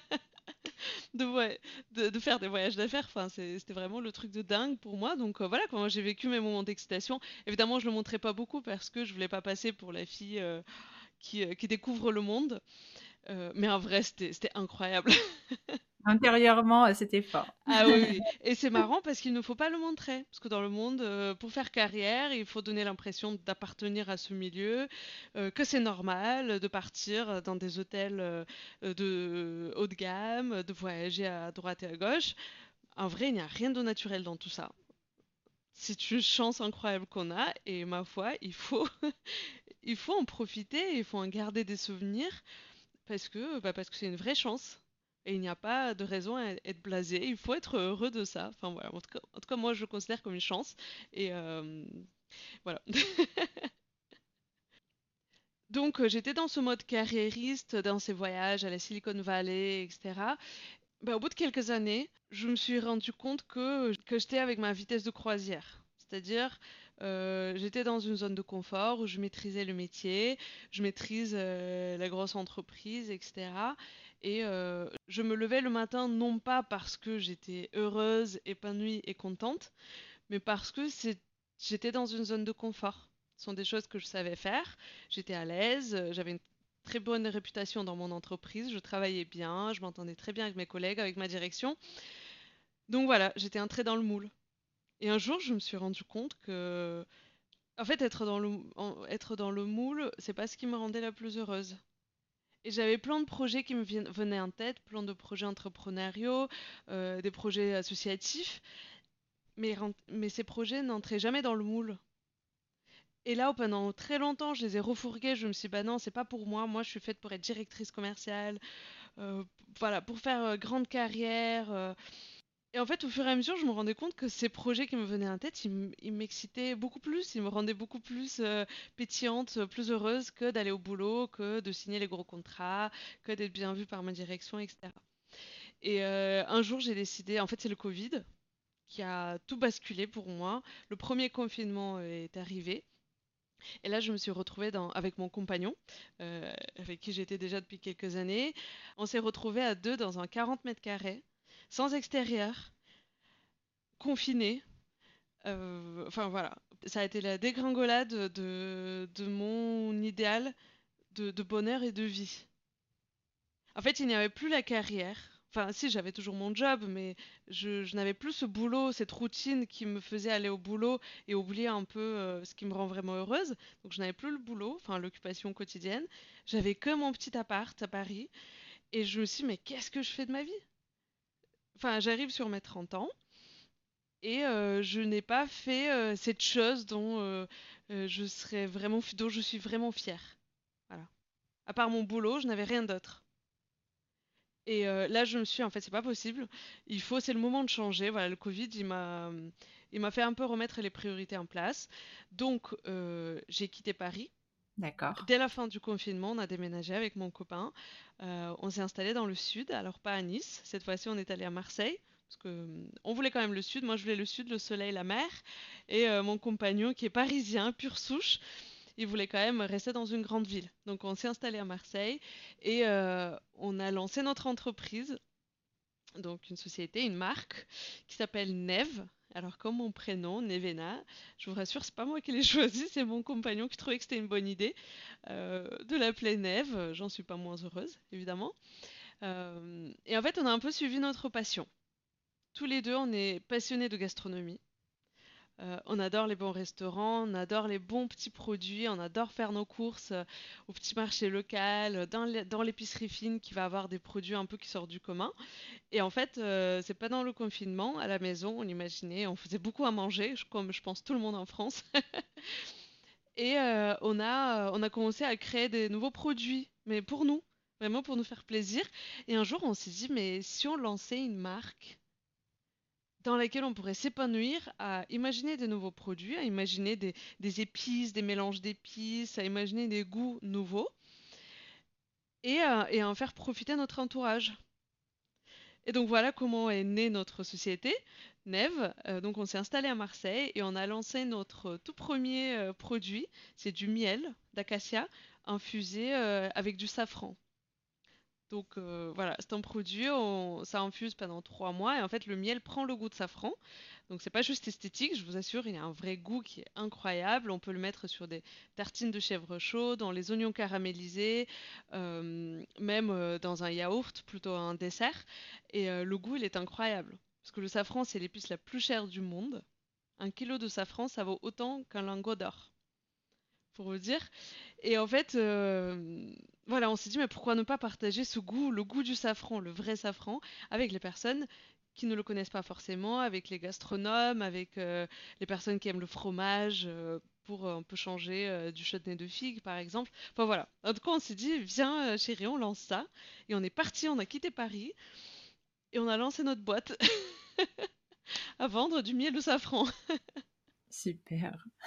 ouais, de faire des voyages d'affaires. Enfin, c'était vraiment le truc de dingue pour moi. Donc voilà, quand j'ai vécu mes moments d'excitation, évidemment, je le montrais pas beaucoup parce que je voulais pas passer pour la fille qui découvre le monde. Mais en vrai, c'était incroyable. Intérieurement, c'était fort. Ah oui, oui. Et c'est marrant parce qu'il ne faut pas le montrer. Parce que dans le monde, pour faire carrière, il faut donner l'impression d'appartenir à ce milieu, que c'est normal de partir dans des hôtels de haut de gamme, de voyager à droite et à gauche. En vrai, il n'y a rien de naturel dans tout ça. C'est une chance incroyable qu'on a et ma foi, il faut en profiter, il faut en garder des souvenirs parce que c'est une vraie chance. Et il n'y a pas de raison à être blasé. Il faut être heureux de ça. Enfin voilà. En tout cas, moi, je le considère comme une chance. Et voilà. Donc, j'étais dans ce mode carriériste, dans ces voyages à la Silicon Valley, etc. Bah, au bout de quelques années, je me suis rendu compte que j'étais avec ma vitesse de croisière. C'est-à-dire, j'étais dans une zone de confort où je maîtrisais le métier, je maîtrise la grosse entreprise, etc. Et je me levais le matin non pas parce que j'étais heureuse, épanouie et contente, mais parce que j'étais dans une zone de confort. Ce sont des choses que je savais faire, j'étais à l'aise, j'avais une très bonne réputation dans mon entreprise, je travaillais bien, je m'entendais très bien avec mes collègues, avec ma direction. Donc voilà, j'étais entrée dans le moule. Et un jour, je me suis rendu compte que, en fait, être dans le moule, c'est pas ce qui me rendait la plus heureuse. Et j'avais plein de projets qui venaient en tête, plein de projets entrepreneuriaux, des projets associatifs, mais ces projets n'entraient jamais dans le moule. Et là, pendant très longtemps, je les ai refourgués. Je me suis dit, bah non, c'est pas pour moi. Moi, je suis faite pour être directrice commerciale, euh, voilà, pour faire grande carrière. Et en fait, au fur et à mesure, je me rendais compte que ces projets qui me venaient en tête, ils m'excitaient beaucoup plus. Ils me rendaient beaucoup plus pétillante, plus heureuse que d'aller au boulot, que de signer les gros contrats, que d'être bien vue par ma direction, etc. Et un jour, j'ai décidé, en fait, c'est le Covid qui a tout basculé pour moi. Le premier confinement est arrivé. Et là, je me suis retrouvée avec mon compagnon, avec qui j'étais déjà depuis quelques années. On s'est retrouvés à deux dans un 40 mètres carrés, sans extérieur, confinés. Enfin voilà, ça a été la dégringolade de mon idéal de bonheur et de vie. En fait, il n'y avait plus la carrière. Enfin, si, j'avais toujours mon job, mais je n'avais plus ce boulot, cette routine qui me faisait aller au boulot et oublier un peu ce qui me rend vraiment heureuse. Donc, je n'avais plus le boulot, enfin, l'occupation quotidienne. J'avais que mon petit appart à Paris. Et je me suis dit, mais qu'est-ce que je fais de ma vie? Enfin, j'arrive sur mes 30 ans et je n'ai pas fait cette chose dont je suis vraiment fière. Voilà. À part mon boulot, je n'avais rien d'autre. Et là, je me suis, en fait, c'est pas possible. C'est le moment de changer. Voilà, le Covid, il m'a fait un peu remettre les priorités en place. Donc, j'ai quitté Paris. D'accord. Dès la fin du confinement, on a déménagé avec mon copain. On s'est installé dans le sud, alors pas à Nice. Cette fois-ci, on est allé à Marseille. Parce que on voulait quand même le sud. Moi, je voulais le sud, le soleil, la mer. Et mon compagnon, qui est parisien, pure souche, il voulait quand même rester dans une grande ville. Donc on s'est installé à Marseille et on a lancé notre entreprise, donc une société, une marque qui s'appelle Neve. Alors comme mon prénom, Nevena, je vous rassure, c'est pas moi qui l'ai choisi, c'est mon compagnon qui trouvait que c'était une bonne idée de l'appeler Neve. J'en suis pas moins heureuse, évidemment. Et en fait, on a un peu suivi notre passion. Tous les deux, on est passionnés de gastronomie. On adore les bons restaurants, on adore les bons petits produits, on adore faire nos courses au petit marché local, dans l'épicerie fine qui va avoir des produits un peu qui sortent du commun. Et en fait, c'est pas dans le confinement, à la maison, on imaginait, on faisait beaucoup à manger, comme je pense tout le monde en France. Et on a commencé à créer des nouveaux produits, mais pour nous, vraiment pour nous faire plaisir. Et un jour, on s'est dit, mais si on lançait une marque dans laquelle on pourrait s'épanouir à imaginer de nouveaux produits, à imaginer des épices, des mélanges d'épices, à imaginer des goûts nouveaux et à en faire profiter notre entourage. Et donc voilà comment est née notre société, Neve. Donc on s'est installé à Marseille et on a lancé notre tout premier produit, c'est du miel d'acacia infusé avec du safran. Donc voilà, c'est un produit, ça infuse pendant 3 mois et en fait le miel prend le goût de safran. Donc c'est pas juste esthétique, je vous assure, il y a un vrai goût qui est incroyable. On peut le mettre sur des tartines de chèvre chaude, dans les oignons caramélisés, même dans un yaourt, plutôt un dessert. Et le goût, il est incroyable. Parce que le safran, c'est l'épice la plus chère du monde. 1 kilo de safran, ça vaut autant qu'un lingot d'or, pour vous dire. Et en fait, voilà, on s'est dit, mais pourquoi ne pas partager ce goût, le goût du safran, le vrai safran, avec les personnes qui ne le connaissent pas forcément, avec les gastronomes, avec les personnes qui aiment le fromage, pour un peu changer du chutney de figue, par exemple. Enfin voilà. En tout cas, on s'est dit, viens, chérie, on lance ça. Et on est parti, on a quitté Paris et on a lancé notre boîte à vendre du miel au safran. Super.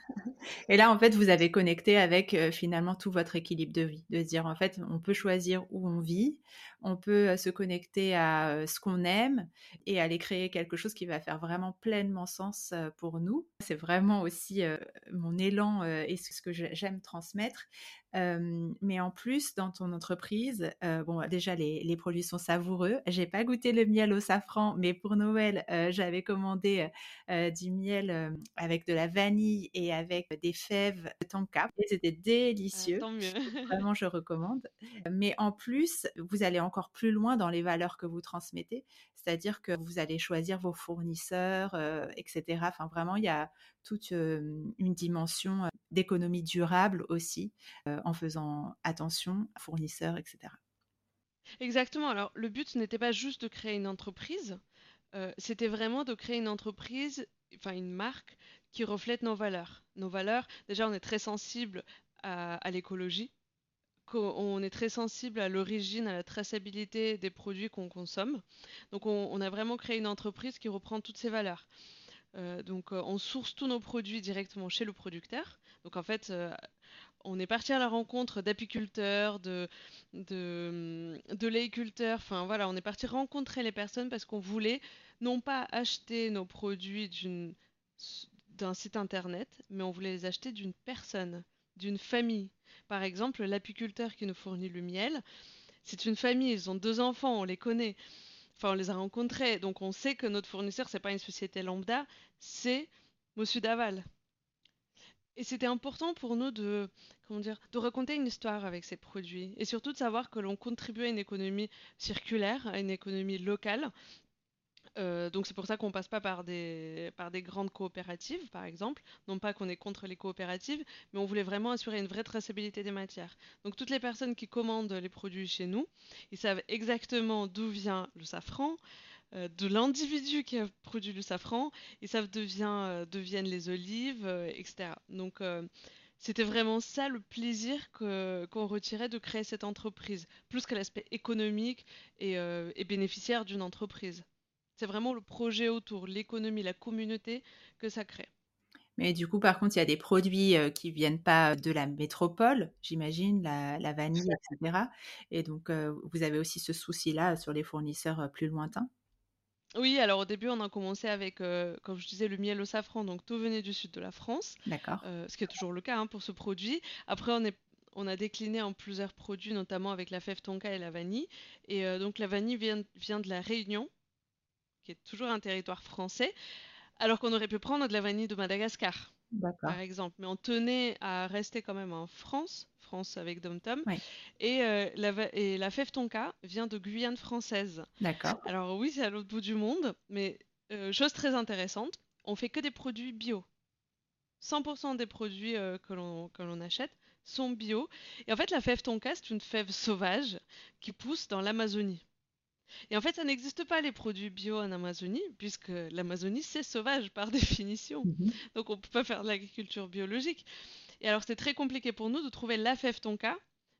Et là, en fait, vous avez connecté avec finalement tout votre équilibre de vie, de se dire en fait, on peut choisir où on vit, on peut se connecter à ce qu'on aime et aller créer quelque chose qui va faire vraiment pleinement sens pour nous. C'est vraiment aussi mon élan et ce que j'aime transmettre. Mais en plus, dans ton entreprise, bon, déjà les produits sont savoureux. J'ai pas goûté le miel au safran, mais pour Noël, j'avais commandé du miel avec de la vanille et avec des fèves de tonka. Et c'était délicieux. Tant mieux. Vraiment, je recommande. Mais en plus, vous allez encore plus loin dans les valeurs que vous transmettez, c'est-à-dire que vous allez choisir vos fournisseurs, etc. Enfin, vraiment, il y a toute une dimension d'économie durable aussi, en faisant attention à fournisseurs, etc. Exactement. Alors, le but n'était pas juste de créer une entreprise, c'était vraiment de créer une entreprise, enfin une marque qui reflète nos valeurs. Nos valeurs, déjà, on est très sensible à l'écologie, on est très sensible à l'origine, à la traçabilité des produits qu'on consomme. Donc, on a vraiment créé une entreprise qui reprend toutes ces valeurs. Donc, on source tous nos produits directement chez le producteur. Donc, en fait, on est parti à la rencontre d'apiculteurs, de laiticulteurs. Enfin voilà, on est parti rencontrer les personnes parce qu'on voulait non pas acheter nos produits d'un site internet, mais on voulait les acheter d'une personne, d'une famille. Par exemple, l'apiculteur qui nous fournit le miel, c'est une famille, ils ont 2 enfants, on les connaît. Enfin, on les a rencontrés, donc on sait que notre fournisseur, c'est pas une société lambda, c'est Monsieur Daval. Et c'était important pour nous de, comment dire, de raconter une histoire avec ces produits et surtout de savoir que l'on contribue à une économie circulaire, à une économie locale. Donc c'est pour ça qu'on passe pas par des grandes coopératives, par exemple. Non pas qu'on est contre les coopératives, mais on voulait vraiment assurer une vraie traçabilité des matières. Donc toutes les personnes qui commandent les produits chez nous, ils savent exactement d'où vient le safran, de l'individu qui a produit le safran, ils savent d'où viennent les olives, etc. Donc c'était vraiment ça le plaisir qu'on retirait de créer cette entreprise, plus que l'aspect économique et bénéficiaire d'une entreprise. C'est vraiment le projet autour, l'économie, la communauté que ça crée. Mais du coup, par contre, il y a des produits qui viennent pas de la métropole, j'imagine, la vanille, etc. Et donc, vous avez aussi ce souci-là sur les fournisseurs plus lointains. Oui, alors au début, on a commencé avec, comme je disais, le miel au safran, donc tout venait du sud de la France, D'accord. ce qui est toujours le cas hein, pour ce produit. Après, on a décliné en plusieurs produits, notamment avec la fève tonka et la vanille. Et donc la vanille vient de la Réunion, qui est toujours un territoire français, alors qu'on aurait pu prendre de la vanille de Madagascar, par D'accord. exemple. Mais on tenait à rester quand même en France, France avec Dom Tom. Oui. Et la fève tonka vient de Guyane française. D'accord. Alors oui, c'est à l'autre bout du monde, mais chose très intéressante, on fait que des produits bio. 100% des produits que l'on achète sont bio. Et en fait, la fève tonka, c'est une fève sauvage qui pousse dans l'Amazonie. Et en fait, ça n'existe pas les produits bio en Amazonie, puisque l'Amazonie, c'est sauvage par définition. Mhm. Donc on ne peut pas faire de l'agriculture biologique. Et alors, c'est très compliqué pour nous de trouver la fève tonka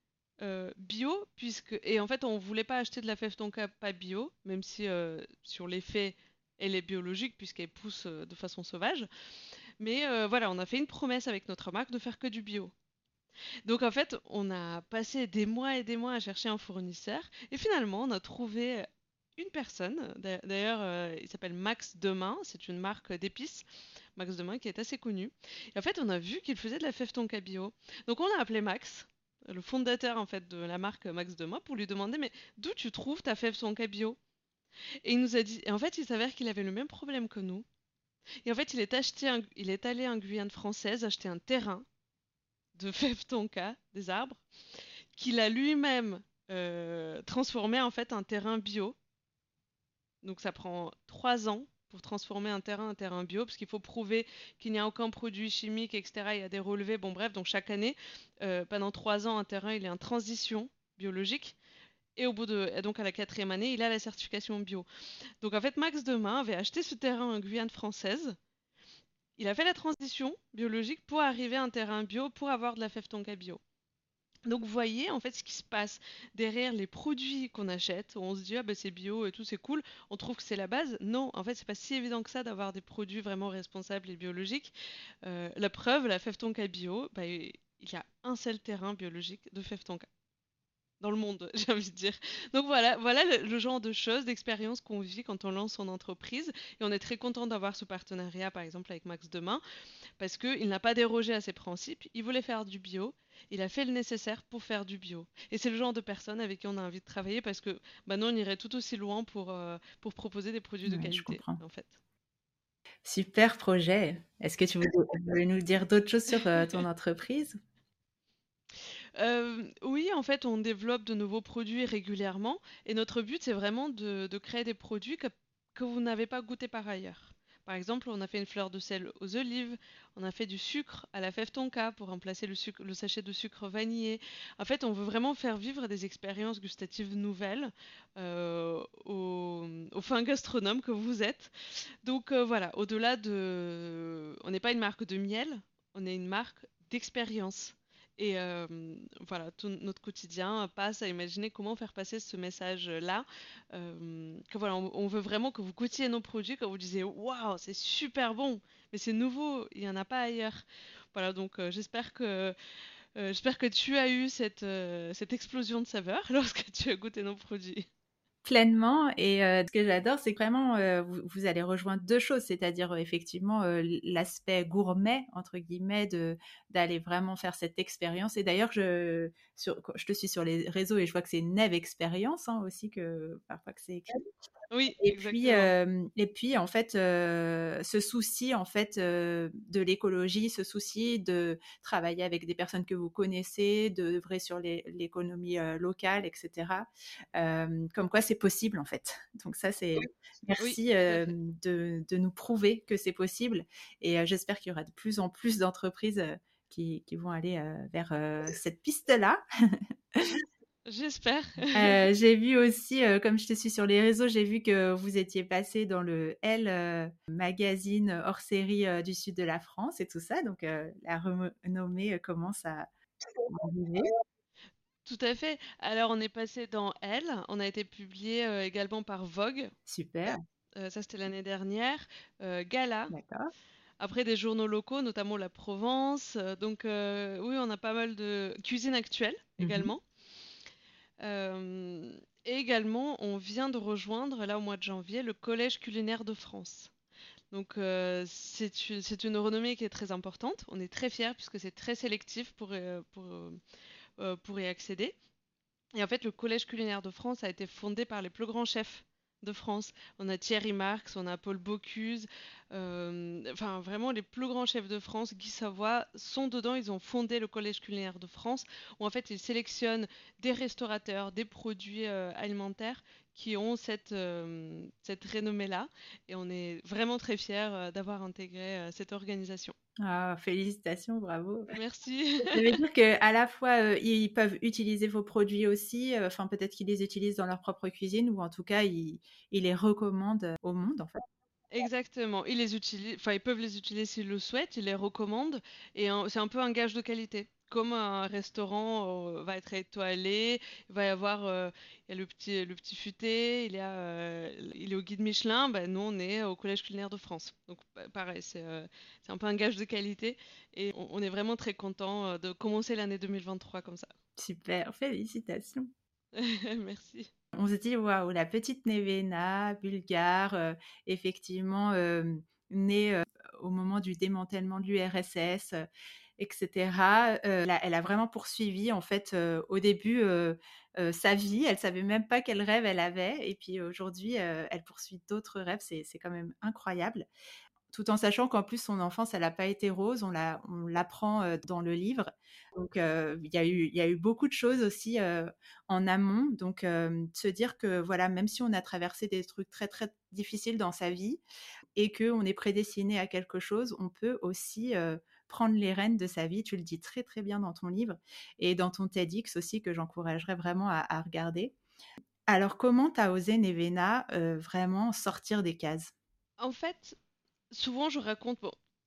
bio, et en fait, on voulait pas acheter de la fève tonka pas bio, même si sur les faits, elle est biologique puisqu'elle pousse de façon sauvage. Mais voilà, on a fait une promesse avec notre marque de faire que du bio. Donc en fait, on a passé des mois et des mois à chercher un fournisseur, et finalement, on a trouvé une personne. D'ailleurs, il s'appelle Max Demain, c'est une marque d'épices. Max Demain qui est assez connu. Et en fait, on a vu qu'il faisait de la fève tonka bio. Donc on a appelé Max, le fondateur en fait de la marque Max Demain, pour lui demander mais d'où tu trouves ta fève tonka bio? Et il nous a dit, et en fait, il s'avère qu'il avait le même problème que nous. Et en fait, il est allé en Guyane française acheter un terrain de fève tonka, des arbres, qu'il a lui-même transformé en fait en terrain bio. Donc ça prend 3 ans pour transformer un terrain en terrain bio, parce qu'il faut prouver qu'il n'y a aucun produit chimique, etc. Il y a des relevés, bon bref, donc chaque année, pendant 3 ans, un terrain il est en transition biologique. Et donc à la quatrième année, il a la certification bio. Donc en fait, Max Demain avait acheté ce terrain en Guyane française. Il a fait la transition biologique pour arriver à un terrain bio pour avoir de la fève tonka bio. Donc, vous voyez en fait ce qui se passe derrière les produits qu'on achète. On se dit, ah ben c'est bio et tout, c'est cool. On trouve que c'est la base. Non, en fait, c'est pas si évident que ça d'avoir des produits vraiment responsables et biologiques. La preuve, la fève tonka bio, bah, il y a un seul terrain biologique de fève tonka dans le monde, j'ai envie de dire. Donc voilà le genre de choses, d'expériences qu'on vit quand on lance son entreprise. Et on est très content d'avoir ce partenariat, par exemple, avec Max Demain, parce qu'il n'a pas dérogé à ses principes. Il voulait faire du bio. Il a fait le nécessaire pour faire du bio. Et c'est le genre de personne avec qui on a envie de travailler parce que bah nous, on irait tout aussi loin pour proposer des produits de Ouais, je qualité, comprends. en fait. Super projet. Est-ce que tu veux nous dire d'autres choses sur ton entreprise? Oui, en fait, on développe de nouveaux produits régulièrement et notre but, c'est vraiment de créer des produits que vous n'avez pas goûté par ailleurs. Par exemple, on a fait une fleur de sel aux olives, on a fait du sucre à la fève tonka pour remplacer le sachet de sucre vanillé. En fait, on veut vraiment faire vivre des expériences gustatives nouvelles aux fins gastronomes que vous êtes. Donc voilà, au-delà de... On n'est pas une marque de miel, on est une marque d'expérience. Et voilà, tout notre quotidien passe à imaginer comment faire passer ce message-là. Que voilà, on veut vraiment que vous goûtiez nos produits, que vous disiez waouh, c'est super bon, mais c'est nouveau, il n'y en a pas ailleurs. Voilà, donc j'espère que tu as eu cette explosion de saveurs lorsque tu as goûté nos produits. Pleinement et ce que j'adore, c'est que vraiment, vous allez rejoindre 2 choses, c'est-à-dire, effectivement, l'aspect «gourmet» entre guillemets de d'aller vraiment faire cette expérience et d'ailleurs je te suis sur les réseaux et je vois que c'est Neve Experience, hein, aussi que parfois que c'est écrit. Oui, exactement. Et puis en fait, ce souci en fait, de l'écologie, ce souci de travailler avec des personnes que vous connaissez, d'œuvrer sur l'économie, locale et cetera. Comme quoi c'est possible en fait. Donc ça c'est Oui, merci, tout à fait. de nous prouver que c'est possible et j'espère qu'il y aura de plus en plus d'entreprises, qui vont aller, vers, cette piste-là. J'espère. J'ai vu aussi, comme je te suis sur les réseaux, j'ai vu que vous étiez passé dans le Elle, magazine hors série, du sud de la France et tout ça, donc la renommée, commence à arriver. Tout à fait. Alors, on est passé dans Elle, on a été publié également par Vogue, Super, ça c'était l'année dernière, Gala, d'accord. après des journaux locaux, notamment La Provence. Donc, oui, on a pas mal de cuisine actuelle Mmh. également. Euh, et également, on vient de rejoindre, là au mois de janvier, le Collège culinaire de France. Donc, c'est une renommée qui est très importante. On est très fiers puisque c'est très sélectif pour y accéder. Et en fait, le Collège culinaire de France a été fondé par les plus grands chefs de France. On a Thierry Marx, on a Paul Bocuse, enfin vraiment les plus grands chefs de France, Guy Savoy, sont dedans. Ils ont fondé le Collège culinaire de France, où en fait ils sélectionnent des restaurateurs, des produits alimentaires qui ont cette renommée-là. Et on est vraiment très fiers d'avoir intégré cette organisation. Ah, félicitations, bravo. Merci. Ça veut dire qu'à la fois, ils peuvent utiliser vos produits aussi, enfin peut-être qu'ils les utilisent dans leur propre cuisine ou en tout cas ils les recommandent, au monde en fait? Exactement. Ils les utilisent, enfin, ils peuvent les utiliser s'ils le souhaitent, ils les recommandent, et c'est un peu un gage de qualité. Comme un restaurant va être étoilé, il va y avoir il y a le petit futé, il est au guide Michelin, ben, nous on est au Collège culinaire de France. Donc pareil, c'est un peu un gage de qualité, et on est vraiment très content de commencer l'année 2023 comme ça. Super, félicitations. Merci. On se dit: «Waouh, la petite Nevena, bulgare, effectivement, née, au moment du démantèlement de l'URSS, et cetera». Elle a vraiment poursuivi en fait, au début, sa vie. Elle savait même pas quel rêve elle avait et puis aujourd'hui, elle poursuit d'autres rêves. C'est quand même incroyable. Tout en sachant qu'en plus son enfance, elle a pas été rose, on l'apprend, dans le livre. Donc il y a eu beaucoup de choses aussi, en amont. Donc se dire que voilà, même si on a traversé des trucs très, très difficiles dans sa vie et qu'on est prédestiné à quelque chose, on peut aussi, prendre les rênes de sa vie. Tu le dis très, très bien dans ton livre et dans ton TEDx aussi que j'encouragerais vraiment à regarder. Alors comment tu as osé, Nevena, vraiment sortir des cases? En fait, souvent je raconte, bon,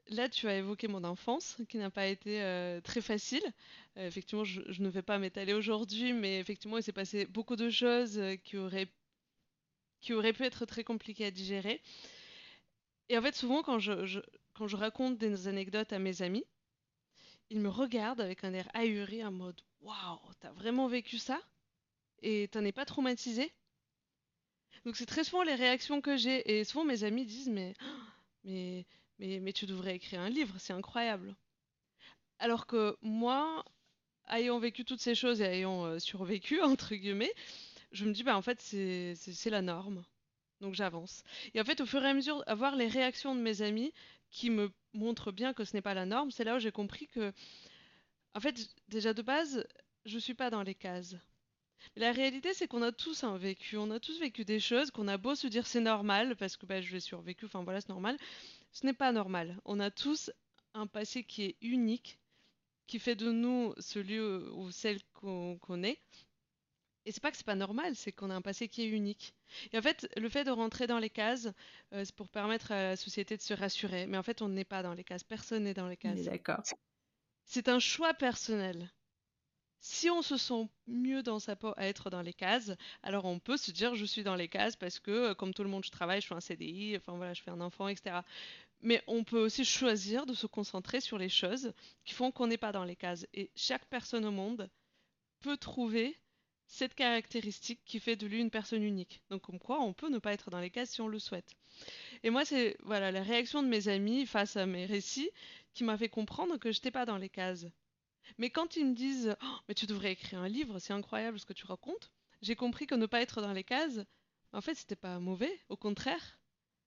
là, tu as évoqué mon enfance, qui n'a pas été très facile. Effectivement, je ne vais pas m'étaler aujourd'hui, mais effectivement, il s'est passé beaucoup de choses qui auraient pu être très compliquées à digérer. Et en fait, souvent, quand je raconte des anecdotes à mes amis, ils me regardent avec un air ahuri en mode waouh, t'as vraiment vécu ça? Et t'en es pas traumatisé? Donc, c'est très souvent les réactions que j'ai. Et souvent, mes amis disent mais, mais tu devrais écrire un livre, c'est incroyable. Alors que moi, ayant vécu toutes ces choses et ayant survécu, entre guillemets, je me dis, bah en fait, c'est la norme. Donc j'avance. Et en fait, au fur et à mesure, à voir les réactions de mes amis qui me montrent bien que ce n'est pas la norme, c'est là où j'ai compris que, en fait, déjà de base, je suis pas dans les cases. Mais la réalité, c'est qu'on a tous un vécu, on a tous vécu des choses qu'on a beau se dire c'est normal parce que bah, je l'ai survécu, enfin voilà, c'est normal. Ce n'est pas normal. On a tous un passé qui est unique, qui fait de nous celui ou celle qu'on est. Et c'est pas que c'est pas normal, c'est qu'on a un passé qui est unique. Et en fait, le fait de rentrer dans les cases, c'est pour permettre à la société de se rassurer. Mais en fait, on n'est pas dans les cases. Personne n'est dans les On est cases. d'accord. C'est un choix personnel. Si on se sent mieux dans sa peau à être dans les cases, alors on peut se dire je suis dans les cases parce que comme tout le monde je travaille, je fais un CDI, enfin voilà, je fais un enfant, etc. Mais on peut aussi choisir de se concentrer sur les choses qui font qu'on n'est pas dans les cases. Et chaque personne au monde peut trouver cette caractéristique qui fait de lui une personne unique. Donc comme quoi, on peut ne pas être dans les cases si on le souhaite. Et moi, c'est voilà la réaction de mes amis face à mes récits qui m'a fait comprendre que je n'étais pas dans les cases. Mais quand ils me disent oh, mais tu devrais écrire un livre, c'est incroyable ce que tu racontes, j'ai compris que ne pas être dans les cases, en fait, c'était pas mauvais, au contraire.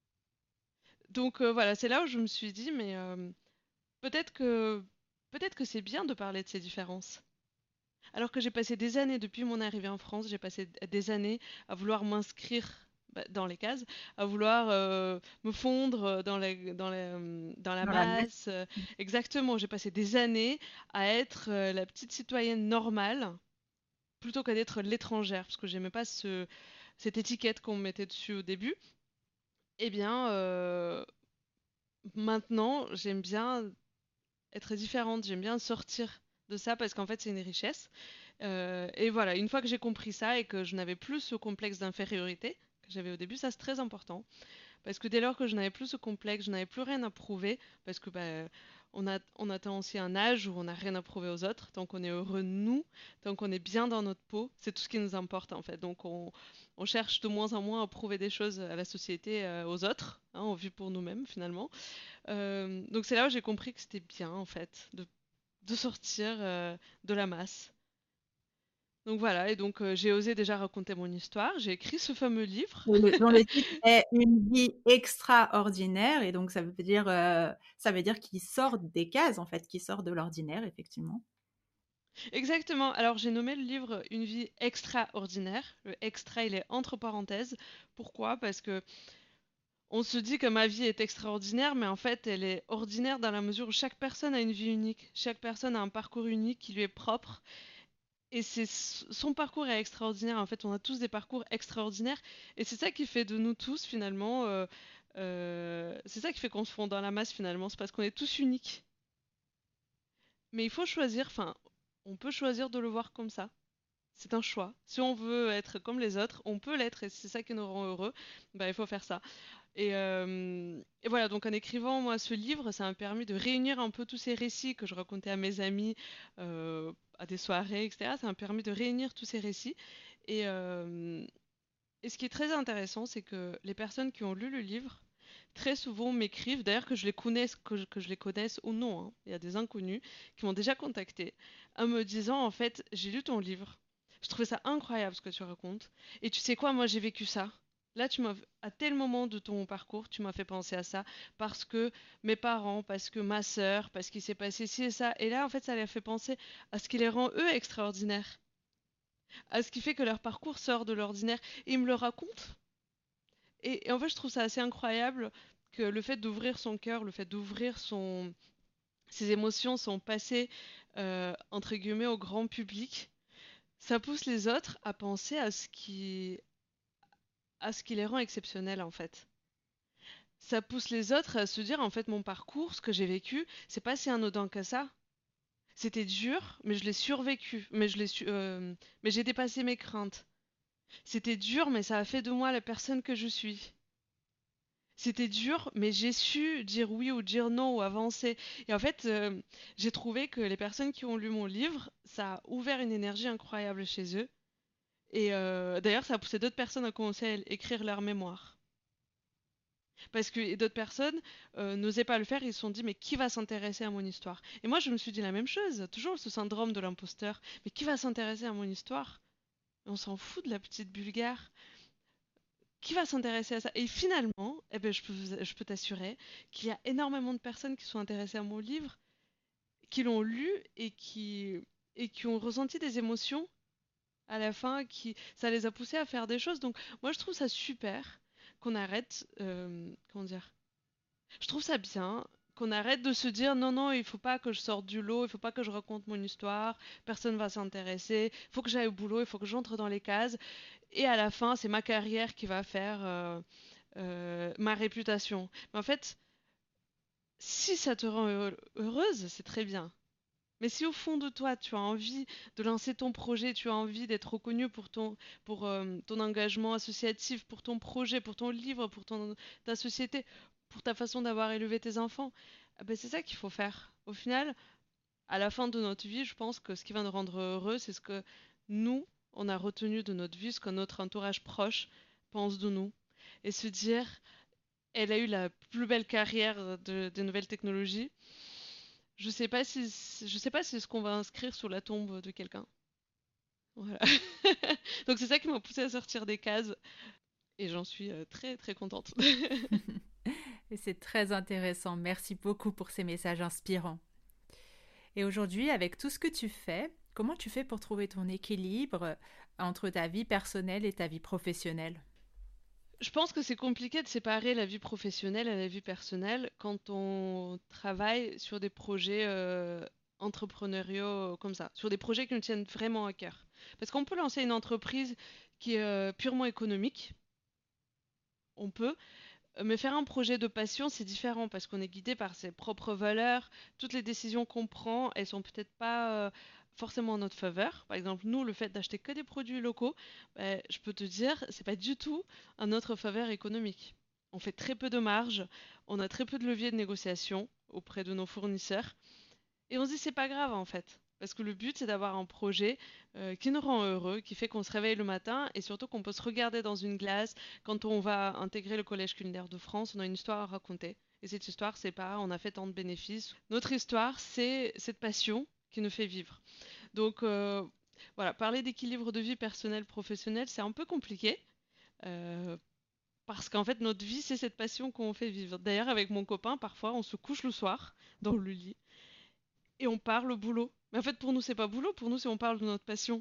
Donc voilà, c'est là où je me suis dit mais peut-être que peut-être que c'est bien de parler de ces différences. Alors que j'ai passé des années depuis mon arrivée en France, j'ai passé des années à vouloir m'inscrire dans les cases, à vouloir me fondre dans la Dans la masse. masse. Exactement, j'ai passé des années à être la petite citoyenne normale plutôt qu'à d'être l'étrangère, parce que j'aimais pas cette étiquette qu'on me mettait dessus au début. Eh bien, maintenant, j'aime bien être différente, j'aime bien sortir de ça parce qu'en fait, c'est une richesse. Et voilà, une fois que j'ai compris ça et que je n'avais plus ce complexe d'infériorité que j'avais au début, ça c'est très important. Parce que dès lors que je n'avais plus ce complexe, je n'avais plus rien à prouver, parce que bah, on atteint aussi un âge où on n'a rien à prouver aux autres, tant qu'on est heureux nous, tant qu'on est bien dans notre peau, c'est tout ce qui nous importe en fait. Donc on cherche de moins en moins à prouver des choses à la société, aux autres, hein, on vit pour nous-mêmes finalement. Donc c'est là où j'ai compris que c'était bien en fait de sortir de la masse. Donc voilà, et donc j'ai osé déjà raconter mon histoire, j'ai écrit ce fameux livre. Dont le titre est Une vie extraordinaire, et donc ça veut dire qu'il sort des cases, en fait, qu'il sort de l'ordinaire, effectivement. Exactement, alors j'ai nommé le livre Une vie extraordinaire. Le extra, il est entre parenthèses. Pourquoi? Parce que on se dit que ma vie est extraordinaire, mais en fait, elle est ordinaire dans la mesure où chaque personne a une vie unique. Chaque personne a un parcours unique qui lui est propre. Et son parcours est extraordinaire. En fait, on a tous des parcours extraordinaires. Et c'est ça qui fait de nous tous, finalement, c'est ça qui fait qu'on se fond dans la masse, finalement. C'est parce qu'on est tous uniques. Mais il faut choisir, enfin, on peut choisir de le voir comme ça. C'est un choix. Si on veut être comme les autres, on peut l'être et c'est ça qui nous rend heureux. Bah, il faut faire ça. Et voilà, donc en écrivant moi ce livre, ça m'a permis de réunir un peu tous ces récits que je racontais à mes amis, à des soirées, etc. Ça m'a permis de réunir tous ces récits. Et, euh, et ce qui est très intéressant, c'est que les personnes qui ont lu le livre, très souvent m'écrivent, d'ailleurs que je les connaisse ou non, hein. Il y a des inconnus qui m'ont déjà contacté en me disant, en fait, j'ai lu ton livre, je trouvais ça incroyable ce que tu racontes, et tu sais quoi, moi j'ai vécu ça. Là, à tel moment de ton parcours, tu m'as fait penser à ça, parce que mes parents, parce que ma sœur, parce qu'il s'est passé ci et ça. Et là, en fait, ça les a fait penser à ce qui les rend, eux, extraordinaires, à ce qui fait que leur parcours sort de l'ordinaire. Et ils me le racontent. Et en fait, je trouve ça assez incroyable que le fait d'ouvrir son cœur, le fait d'ouvrir ses émotions, son passé, entre guillemets, au grand public, ça pousse les autres à penser à ce qui les rend exceptionnels, en fait. ça pousse les autres à se dire, en fait, mon parcours, ce que j'ai vécu, c'est pas si anodin que ça. C'était dur, mais je l'ai survécu. Mais j'ai dépassé mes craintes. C'était dur, mais ça a fait de moi la personne que je suis. C'était dur, mais j'ai su dire oui ou dire non ou avancer. Et en fait, j'ai trouvé que les personnes qui ont lu mon livre, ça a ouvert une énergie incroyable chez eux. Et d'ailleurs, ça a poussé d'autres personnes à commencer à écrire leur mémoire. Parce que d'autres personnes n'osaient pas le faire, ils se sont dit, mais qui va s'intéresser à mon histoire? Et moi, je me suis dit la même chose, toujours ce syndrome de l'imposteur. Mais qui va s'intéresser à mon histoire? On s'en fout de la petite Bulgare. Qui va s'intéresser à ça? Et finalement, eh ben, je peux t'assurer qu'il y a énormément de personnes qui sont intéressées à mon livre, qui l'ont lu et qui ont ressenti des émotions à la fin, ça les a poussés à faire des choses. Donc, moi, je trouve ça super qu'on arrête, comment dire, je trouve ça bien qu'on arrête de se dire non, non, il faut pas que je sorte du lot, il faut pas que je raconte mon histoire, personne va s'intéresser, il faut que j'aille au boulot, il faut que j'entre dans les cases. Et à la fin, c'est ma carrière qui va faire ma réputation. Mais en fait, si ça te rend heureuse, c'est très bien. Mais si au fond de toi, tu as envie de lancer ton projet, tu as envie d'être reconnu pour ton engagement associatif, pour ton projet, pour ton livre, ta société, pour ta façon d'avoir élevé tes enfants, ah ben c'est ça qu'il faut faire. Au final, à la fin de notre vie, je pense que ce qui va nous rendre heureux, c'est ce que nous, on a retenu de notre vie, ce que notre entourage proche pense de nous. Et se dire, elle a eu la plus belle carrière des nouvelles technologies. Je sais pas si c'est ce qu'on va inscrire sur la tombe de quelqu'un. Voilà. Donc c'est ça qui m'a poussée à sortir des cases et j'en suis très très contente. Et c'est très intéressant. Merci beaucoup pour ces messages inspirants. Et aujourd'hui, avec tout ce que tu fais, comment tu fais pour trouver ton équilibre entre ta vie personnelle et ta vie professionnelle? Je pense que c'est compliqué de séparer la vie professionnelle et la vie personnelle quand on travaille sur des projets entrepreneuriaux comme ça, sur des projets qui nous tiennent vraiment à cœur. Parce qu'on peut lancer une entreprise qui est purement économique, on peut, mais faire un projet de passion, c'est différent parce qu'on est guidé par ses propres valeurs. Toutes les décisions qu'on prend, elles sont peut-être pas forcément en notre faveur. Par exemple, nous, le fait d'acheter que des produits locaux, ben, je peux te dire, c'est pas du tout en notre faveur économique. On fait très peu de marge, on a très peu de levier de négociation auprès de nos fournisseurs. Et on se dit c'est pas grave en fait. Parce que le but c'est d'avoir un projet qui nous rend heureux, qui fait qu'on se réveille le matin et surtout qu'on peut se regarder dans une glace quand on va intégrer le Collège culinaire de France, on a une histoire à raconter. Et cette histoire, c'est pas on a fait tant de bénéfices. Notre histoire, c'est cette passion qui nous fait vivre. Donc voilà, parler d'équilibre de vie personnelle professionnelle, c'est un peu compliqué. euh, Parce qu'en fait, notre vie, c'est cette passion qu'on fait vivre. D'ailleurs, avec mon copain, parfois, on se couche le soir dans le lit et on parle au boulot. Mais en fait, pour nous, c'est pas boulot, pour nous, c'est on parle de notre passion.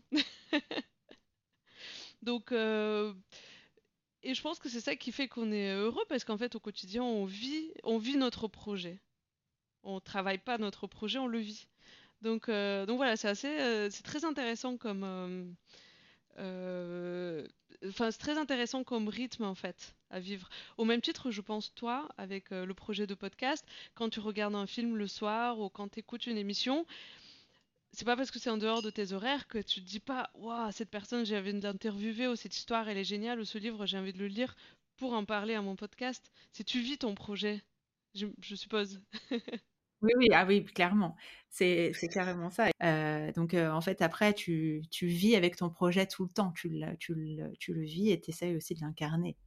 Donc, et je pense que c'est ça qui fait qu'on est heureux parce qu'en fait, au quotidien, on vit notre projet. On travaille pas notre projet, on le vit. Donc voilà, c'est très intéressant euh, c'est très intéressant comme rythme en fait à vivre. Au même titre, je pense toi, avec le projet de podcast, quand tu regardes un film le soir ou quand tu écoutes une émission, c'est pas parce que c'est en dehors de tes horaires que tu te dis pas, waouh, cette personne, j'ai envie de l'interviewer, ou cette histoire, elle est géniale, ou ce livre, j'ai envie de le lire pour en parler à mon podcast. C'est tu vis ton projet, je suppose. Oui, oui, ah oui, clairement. C'est carrément ça. Donc, en fait, après, tu vis avec ton projet tout le temps. Tu le vis et tu essayes aussi de l'incarner.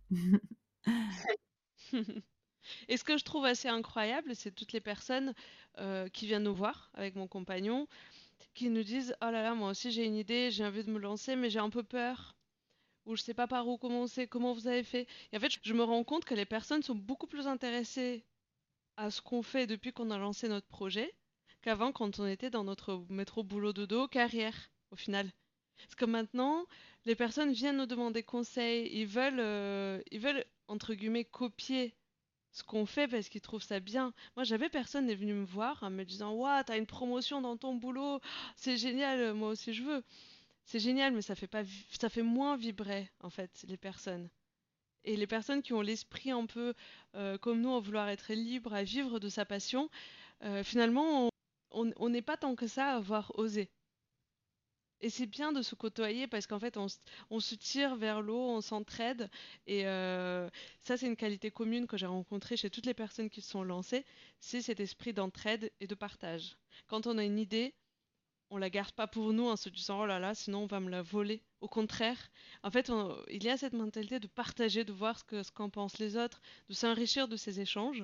Et ce que je trouve assez incroyable, c'est toutes les personnes qui viennent nous voir avec mon compagnon, qui nous disent, oh là là, moi aussi j'ai une idée, j'ai envie de me lancer, mais j'ai un peu peur. Ou je sais pas par où commencer, comment vous avez fait. Et en fait, je me rends compte que les personnes sont beaucoup plus intéressées à ce qu'on fait depuis qu'on a lancé notre projet qu'avant quand on était dans notre métro boulot dodo carrière au final. Parce que maintenant, les personnes viennent nous demander conseil, ils veulent entre guillemets copier ce qu'on fait parce qu'ils trouvent ça bien. Moi, j'avais personne n'est venu me voir en me disant, waouh, t'as une promotion dans ton boulot, c'est génial, moi aussi je veux. C'est génial, mais ça fait pas, ça fait moins vibrer en fait les personnes. Et les personnes qui ont l'esprit un peu comme nous, à vouloir être libre, à vivre de sa passion, finalement, on n'est pas tant que ça à avoir osé. Et c'est bien de se côtoyer parce qu'en fait, on se tire vers l'eau, on s'entraide. Et ça, c'est une qualité commune que j'ai rencontrée chez toutes les personnes qui se sont lancées, c'est cet esprit d'entraide et de partage. Quand on a une idée, on la garde pas pour nous en se disant oh là là, sinon on va me la voler. Au contraire, en fait, il y a cette mentalité de partager, de voir ce qu'en pensent les autres, de s'enrichir de ces échanges.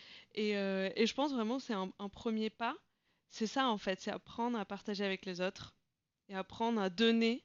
Et je pense vraiment que c'est un premier pas. C'est ça en fait, c'est apprendre à partager avec les autres et apprendre à donner,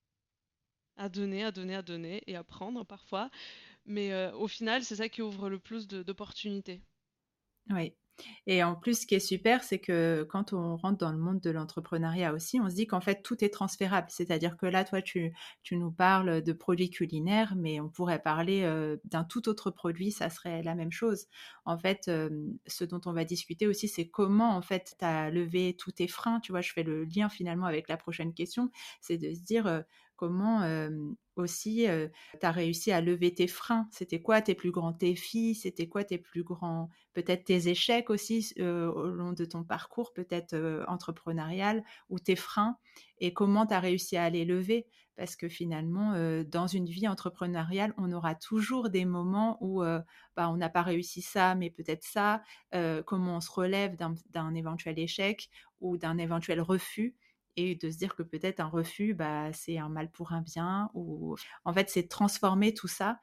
à donner, à donner, à donner et apprendre parfois. Mais au final, c'est ça qui ouvre le plus d'opportunités. Oui. Et en plus, ce qui est super, c'est que quand on rentre dans le monde de l'entrepreneuriat aussi, on se dit qu'en fait, tout est transférable. C'est-à-dire que là, toi, tu nous parles de produits culinaires, mais on pourrait parler d'un tout autre produit, ça serait la même chose. En fait, ce dont on va discuter aussi, c'est comment, en fait, tu as levé tous tes freins. Tu vois, je fais le lien finalement avec la prochaine question, c'est de se dire comment aussi tu as réussi à lever tes freins. C'était quoi tes plus grands défis? C'était quoi tes plus grands peut-être tes échecs aussi au long de ton parcours, peut-être entrepreneurial, ou tes freins, et comment tu as réussi à les lever. Parce que finalement, dans une vie entrepreneuriale, on aura toujours des moments où on n'a pas réussi ça, mais peut-être ça, comment on se relève d'un éventuel échec ou d'un éventuel refus. Et de se dire que peut-être un refus, c'est un mal pour un bien. Ou en fait, c'est transformer tout ça.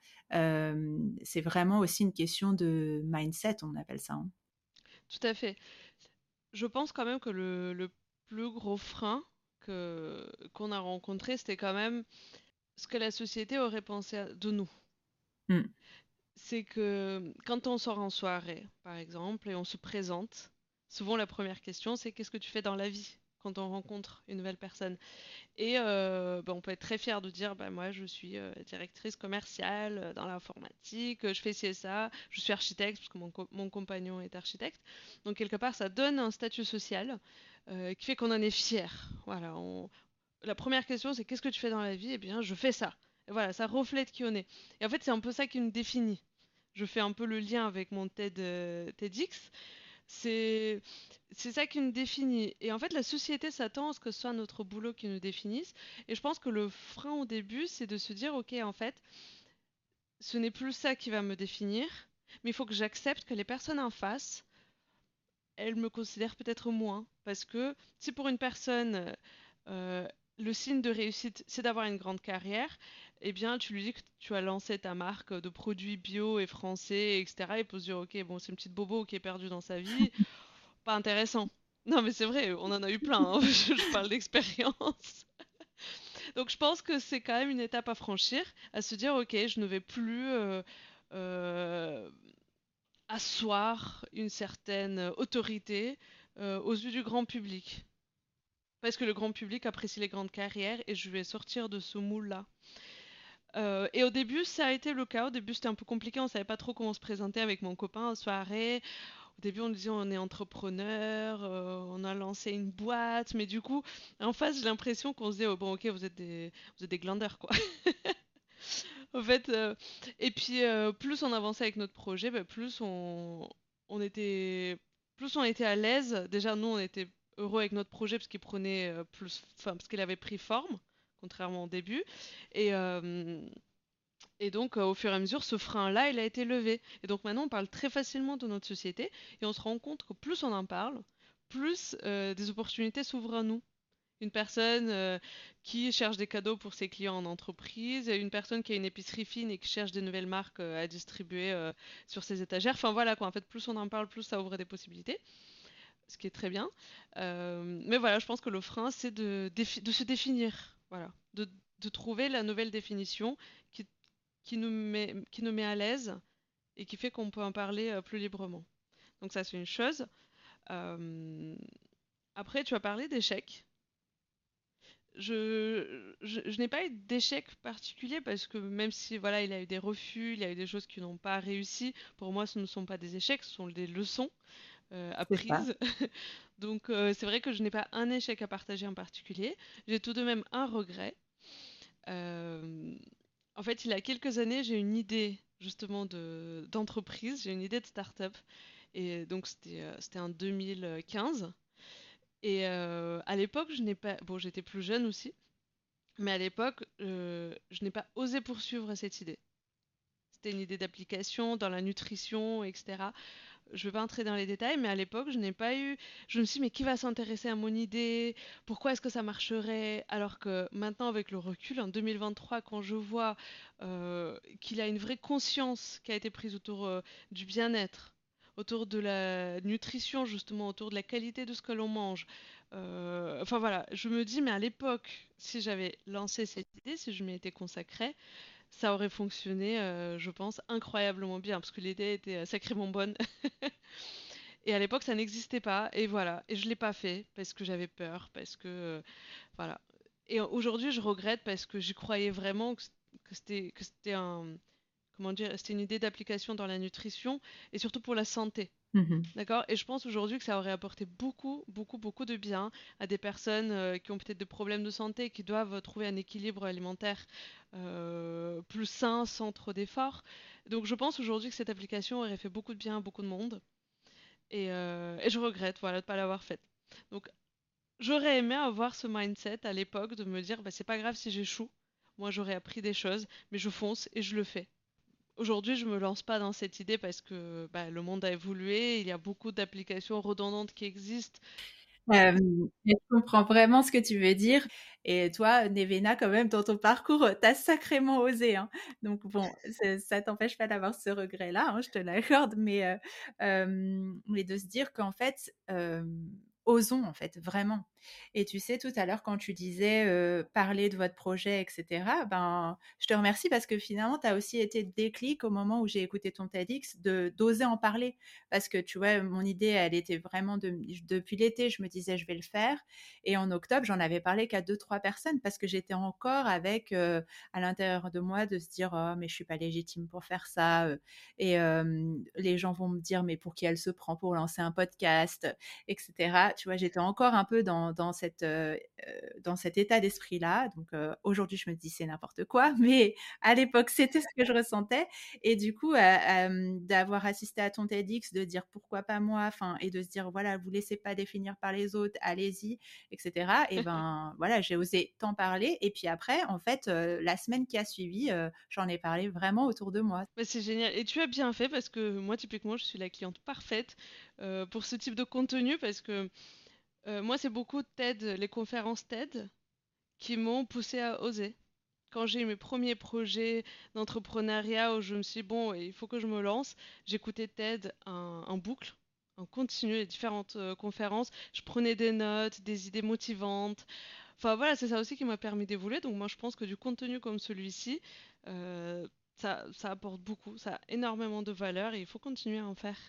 C'est vraiment aussi une question de mindset, on appelle ça, hein. Tout à fait. Je pense quand même que le plus gros frein qu'on a rencontré, c'était quand même ce que la société aurait pensé de nous. Mm. C'est que quand on sort en soirée, par exemple, et on se présente, souvent la première question, c'est qu'est-ce que tu fais dans la vie quand on rencontre une nouvelle personne. Et on peut être très fier de dire, moi je suis directrice commerciale dans l'informatique, je fais ci et ça, je suis architecte parce que mon compagnon est architecte. Donc quelque part, ça donne un statut social qui fait qu'on en est fier. Voilà, la première question, c'est qu'est-ce que tu fais dans la vie? Eh bien, je fais ça. Et voilà, ça reflète qui on est. Et en fait, c'est un peu ça qui me définit. Je fais un peu le lien avec mon TEDx. C'est c'est ça qui nous définit. Et en fait, la société s'attend à ce que ce soit notre boulot qui nous définisse. Et je pense que le frein au début, c'est de se dire, ok, en fait, ce n'est plus ça qui va me définir, mais il faut que j'accepte que les personnes en face, elles me considèrent peut-être moins. Parce que si pour une personne, euh, le signe de réussite, c'est d'avoir une grande carrière, eh bien, tu lui dis que tu as lancé ta marque de produits bio et français, etc. Et peut se dire, ok, bon, c'est une petite bobo qui est perdue dans sa vie, pas intéressant. Non, mais c'est vrai, on en a eu plein, hein. Je parle d'expérience. Donc, je pense que c'est quand même une étape à franchir, à se dire, ok, je ne vais plus euh, asseoir une certaine autorité aux yeux du grand public. Parce que le grand public apprécie les grandes carrières et je vais sortir de ce moule-là. Et au début, ça a été le cas. Au début, c'était un peu compliqué. On savait pas trop comment se présenter avec mon copain en soirée. Au début, on disait on est entrepreneur, on a lancé une boîte, mais du coup, en face, j'ai l'impression qu'on se disait oh, bon, ok, vous êtes des glandeurs, quoi. En fait, et puis plus on avançait avec notre projet, plus on était, plus on était à l'aise. Déjà, nous, on était heureux avec notre projet parce qu'il prenait enfin, parce qu'il avait pris forme, contrairement au début. Et, euh, et donc, au fur et à mesure, ce frein-là, il a été levé. Et donc maintenant, on parle très facilement de notre société et on se rend compte que plus on en parle, plus des opportunités s'ouvrent à nous. Une personne qui cherche des cadeaux pour ses clients en entreprise, une personne qui a une épicerie fine et qui cherche des nouvelles marques à distribuer sur ses étagères. Enfin voilà quoi, en fait, plus on en parle, plus ça ouvre des possibilités, ce qui est très bien. Mais voilà, je pense que le frein, c'est de se définir, voilà, de trouver la nouvelle définition qui, qui nous met à l'aise et qui fait qu'on peut en parler plus librement. Donc ça, c'est une chose. Euh, Après, tu as parlé d'échecs. Je n'ai pas eu d'échec particulier parce que même si voilà, il a eu des refus, il y a eu des choses qui n'ont pas réussi, pour moi, ce ne sont pas des échecs, ce sont des leçons C'est ça. apprises. Donc c'est vrai que je n'ai pas un échec à partager en particulier. J'ai tout de même un regret. Euh, En fait, il y a quelques années, j'ai une idée justement d'entreprise, j'ai une idée de start-up. Et donc, c'était en 2015. Et à l'époque, je n'ai pas. Bon, j'étais plus jeune aussi, mais à l'époque, je n'ai pas osé poursuivre cette idée. C'était une idée d'application dans la nutrition, etc. Je ne vais pas entrer dans les détails, mais à l'époque, je n'ai pas eu. Je me suis dit, mais qui va s'intéresser à mon idée? Pourquoi est-ce que ça marcherait? Alors que maintenant, avec le recul, en 2023, quand je vois qu'il y a une vraie conscience qui a été prise autour du bien-être, autour de la nutrition, justement, autour de la qualité de ce que l'on mange. Enfin voilà, je me dis, mais à l'époque, si j'avais lancé cette idée, si je m'y étais consacrée, ça aurait fonctionné, je pense, incroyablement bien, parce que l'idée était sacrément bonne. Et à l'époque, ça n'existait pas. Et voilà. Et je l'ai pas fait parce que j'avais peur, parce que voilà. Et aujourd'hui, je regrette parce que j'y croyais vraiment que c'était un comment dire, c'était une idée d'application dans la nutrition et surtout pour la santé. Mhm. D'accord? Et je pense aujourd'hui que ça aurait apporté beaucoup, beaucoup, beaucoup de bien à des personnes qui ont peut-être des problèmes de santé et qui doivent trouver un équilibre alimentaire plus sain sans trop d'efforts. Donc je pense aujourd'hui que cette application aurait fait beaucoup de bien à beaucoup de monde. Et je regrette, voilà, de ne pas l'avoir faite. Donc, j'aurais aimé avoir ce mindset à l'époque de me dire, bah, c'est pas grave si j'échoue. Moi, j'aurais appris des choses, mais je fonce et je le fais. Aujourd'hui, je me lance pas dans cette idée parce que bah, le monde a évolué, il y a beaucoup d'applications redondantes qui existent. Je comprends vraiment ce que tu veux dire. Et toi, Nevena, quand même, dans ton parcours, t'as sacrément osé, hein. Donc bon, ça t'empêche pas d'avoir ce regret-là, hein, je te l'accorde, mais de se dire qu'en fait, osons en fait vraiment. Et tu sais, tout à l'heure, quand tu disais parler de votre projet, etc., ben, je te remercie parce que finalement, tu as aussi été déclic au moment où j'ai écouté ton TEDx de d'oser en parler. Parce que tu vois, mon idée, elle était vraiment depuis l'été, je me disais, je vais le faire. Et en octobre, j'en avais parlé qu'à deux, trois personnes parce que j'étais encore avec à l'intérieur de moi de se dire, oh, mais je suis pas légitime pour faire ça. Les gens vont me dire, mais pour qui elle se prend pour lancer un podcast, etc. Tu vois, j'étais encore un peu dans cet état d'esprit-là. Donc aujourd'hui, je me dis, c'est n'importe quoi. Mais à l'époque, c'était ce que je ressentais. Et du coup, d'avoir assisté à ton TEDx, de dire pourquoi pas moi, enfin, et de se dire voilà, vous laissez pas définir par les autres, allez-y, etc. Et ben voilà, j'ai osé t'en parler. Et puis après, en fait, la semaine qui a suivi, j'en ai parlé vraiment autour de moi. Bah, c'est génial. Et tu as bien fait parce que moi, typiquement, je suis la cliente parfaite pour ce type de contenu parce que moi, c'est beaucoup TED, les conférences TED qui m'ont poussé à oser. Quand j'ai eu mes premiers projets d'entrepreneuriat où je me suis dit, bon, il faut que je me lance, j'écoutais TED en boucle, en continu, les différentes conférences. Je prenais des notes, des idées motivantes. Enfin voilà, c'est ça aussi qui m'a permis d'évoluer. Donc moi, je pense que du contenu comme celui-ci, euh, ça apporte beaucoup, ça a énormément de valeur et il faut continuer à en faire.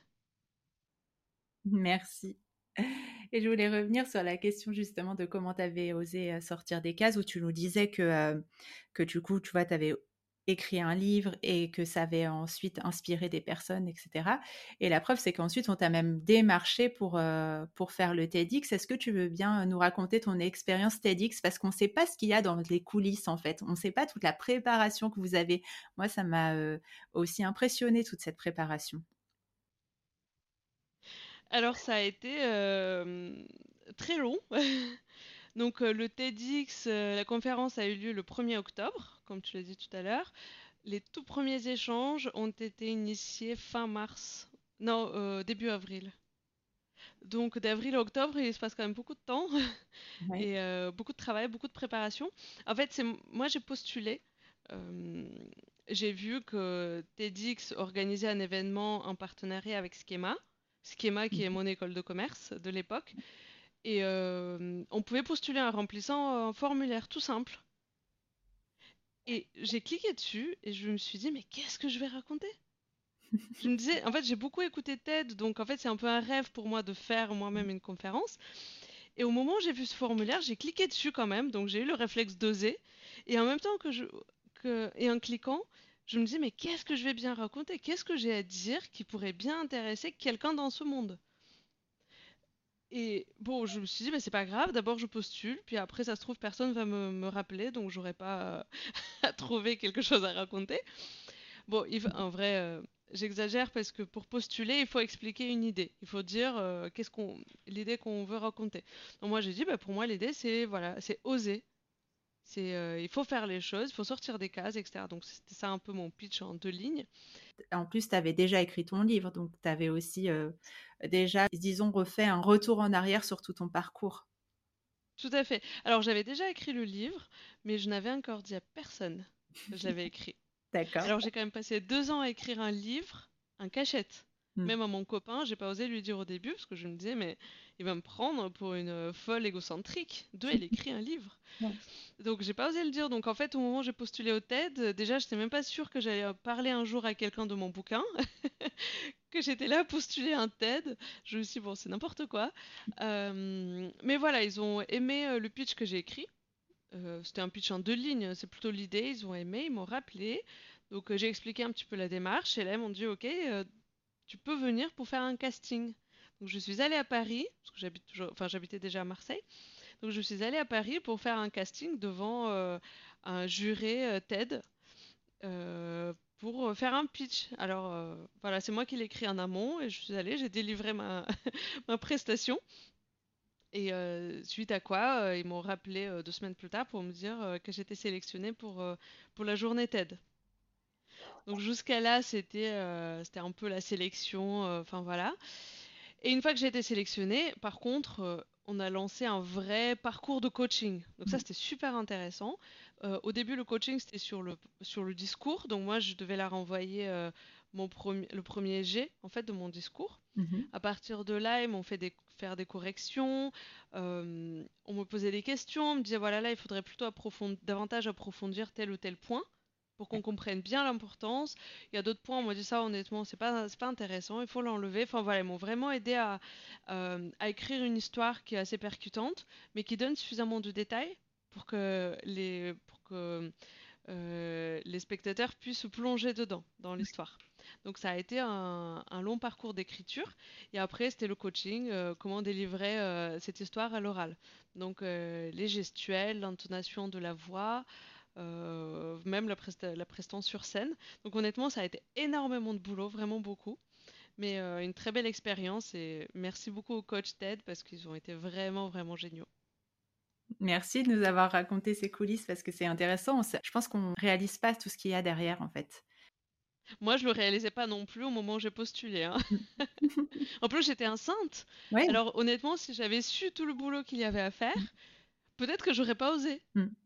Merci. Et je voulais revenir sur la question justement de comment tu avais osé sortir des cases, où tu nous disais que du coup, tu vois, tu avais écrit un livre et que ça avait ensuite inspiré des personnes, etc. Et la preuve, c'est qu'ensuite, on t'a même démarché pour faire le TEDx. Est-ce que tu veux bien nous raconter ton expérience TEDx? Parce qu'on ne sait pas ce qu'il y a dans les coulisses, en fait. On ne sait pas toute la préparation que vous avez. Moi, ça m'a aussi impressionné, toute cette préparation. Alors ça a été très long. Donc le TEDx, la conférence a eu lieu le 1er octobre, comme tu l'as dit tout à l'heure. Les tout premiers échanges ont été initiés fin mars, non, début avril. Donc d'avril à octobre, il se passe quand même beaucoup de temps Ouais. et beaucoup de travail, beaucoup de préparation. En fait, moi j'ai postulé. euh, j'ai vu que TEDx organisait un événement en partenariat avec Schema. Schema qui est mon école de commerce de l'époque. Et on pouvait postuler en remplissant un formulaire tout simple. Et j'ai cliqué dessus et je me suis dit, mais qu'est-ce que je vais raconter? Je me disais, en fait, j'ai beaucoup écouté TED, donc en fait, c'est un peu un rêve pour moi de faire moi-même une conférence. Et au moment où j'ai vu ce formulaire, j'ai cliqué dessus quand même, donc j'ai eu le réflexe d'oser. Et en même temps et en cliquant, je me dis, mais qu'est-ce que je vais bien raconter? Qu'est-ce que j'ai à dire qui pourrait bien intéresser quelqu'un dans ce monde? Et bon, je me suis dit, mais c'est pas grave, d'abord je postule, puis après, ça se trouve, personne va me rappeler, donc j'aurai pas à trouver quelque chose à raconter. Bon, en vrai, j'exagère parce que pour postuler, il faut expliquer une idée. Il faut dire l'idée qu'on veut raconter. Donc moi, j'ai dit, bah, pour moi, l'idée, c'est voilà, c'est oser. Il faut faire les choses, il faut sortir des cases, etc. Donc c'était ça un peu mon pitch en 2 lignes. En plus, tu avais déjà écrit ton livre, donc tu avais aussi déjà, disons, refait un retour en arrière sur tout ton parcours. Tout à fait. Alors j'avais déjà écrit le livre, mais je n'avais encore dit à personne que je l'avais écrit. D'accord. Alors j'ai quand même passé 2 ans à écrire un livre, un cachette. Mm. Même à mon copain, j'ai pas osé lui dire au début parce que je me disais mais il va me prendre pour une folle égocentrique. D'où elle écrit un livre. Ouais. Donc j'ai pas osé le dire. Donc en fait au moment où j'ai postulé au TED, déjà j'étais même pas sûre que j'allais parler un jour à quelqu'un de mon bouquin, que j'étais là à postuler un TED. Je me suis dit bon c'est n'importe quoi. Mais voilà ils ont aimé le pitch que j'ai écrit. C'était un pitch en 2 lignes, c'est plutôt l'idée, ils ont aimé, ils m'ont rappelé. Donc j'ai expliqué un petit peu la démarche et là ils m'ont dit ok, tu peux venir pour faire un casting. Donc je suis allée à Paris, parce que j'habitais déjà à Marseille. Donc je suis allée à Paris pour faire un casting devant un juré TED pour faire un pitch. Alors voilà, c'est moi qui l'ai écrit en amont et je suis allée, j'ai délivré ma, ma prestation. Et suite à quoi, ils m'ont rappelé 2 semaines plus tard pour me dire que j'étais sélectionnée pour la journée TED. Donc jusqu'à là, c'était un peu la sélection, enfin voilà. Et une fois que j'ai été sélectionnée, par contre, on a lancé un vrai parcours de coaching. Donc ça, Mm. c'était super intéressant. Au début, le coaching, c'était sur le discours. Donc moi, je devais leur envoyer le premier jet, en fait, de mon discours. Mhm. À partir de là, ils m'ont fait faire des corrections. On me posait des questions. On me disait, voilà, là, il faudrait plutôt davantage approfondir tel ou tel point pour qu'on comprenne bien l'importance. Il y a d'autres points, on m'a dit ça honnêtement, c'est pas intéressant, il faut l'enlever. Enfin voilà, ils m'ont vraiment aidé à écrire une histoire qui est assez percutante, mais qui donne suffisamment de détails pour que les spectateurs puissent se plonger dedans, dans l'histoire. Donc ça a été un long parcours d'écriture. Et après, c'était le coaching, comment délivrer cette histoire à l'oral. Donc les gestuels, l'intonation de la voix, même la prestance sur scène. Donc honnêtement, ça a été énormément de boulot, vraiment beaucoup. Mais une très belle expérience et merci beaucoup au coach TED parce qu'ils ont été vraiment, vraiment géniaux. Merci de nous avoir raconté ces coulisses parce que c'est intéressant. Je pense qu'on ne réalise pas tout ce qu'il y a derrière, en fait. Moi, je le réalisais pas non plus au moment où j'ai postulé, hein. Mm. En plus, j'étais enceinte. Oui. Alors honnêtement, si j'avais su tout le boulot qu'il y avait à faire, peut-être que j'aurais pas osé. Mm.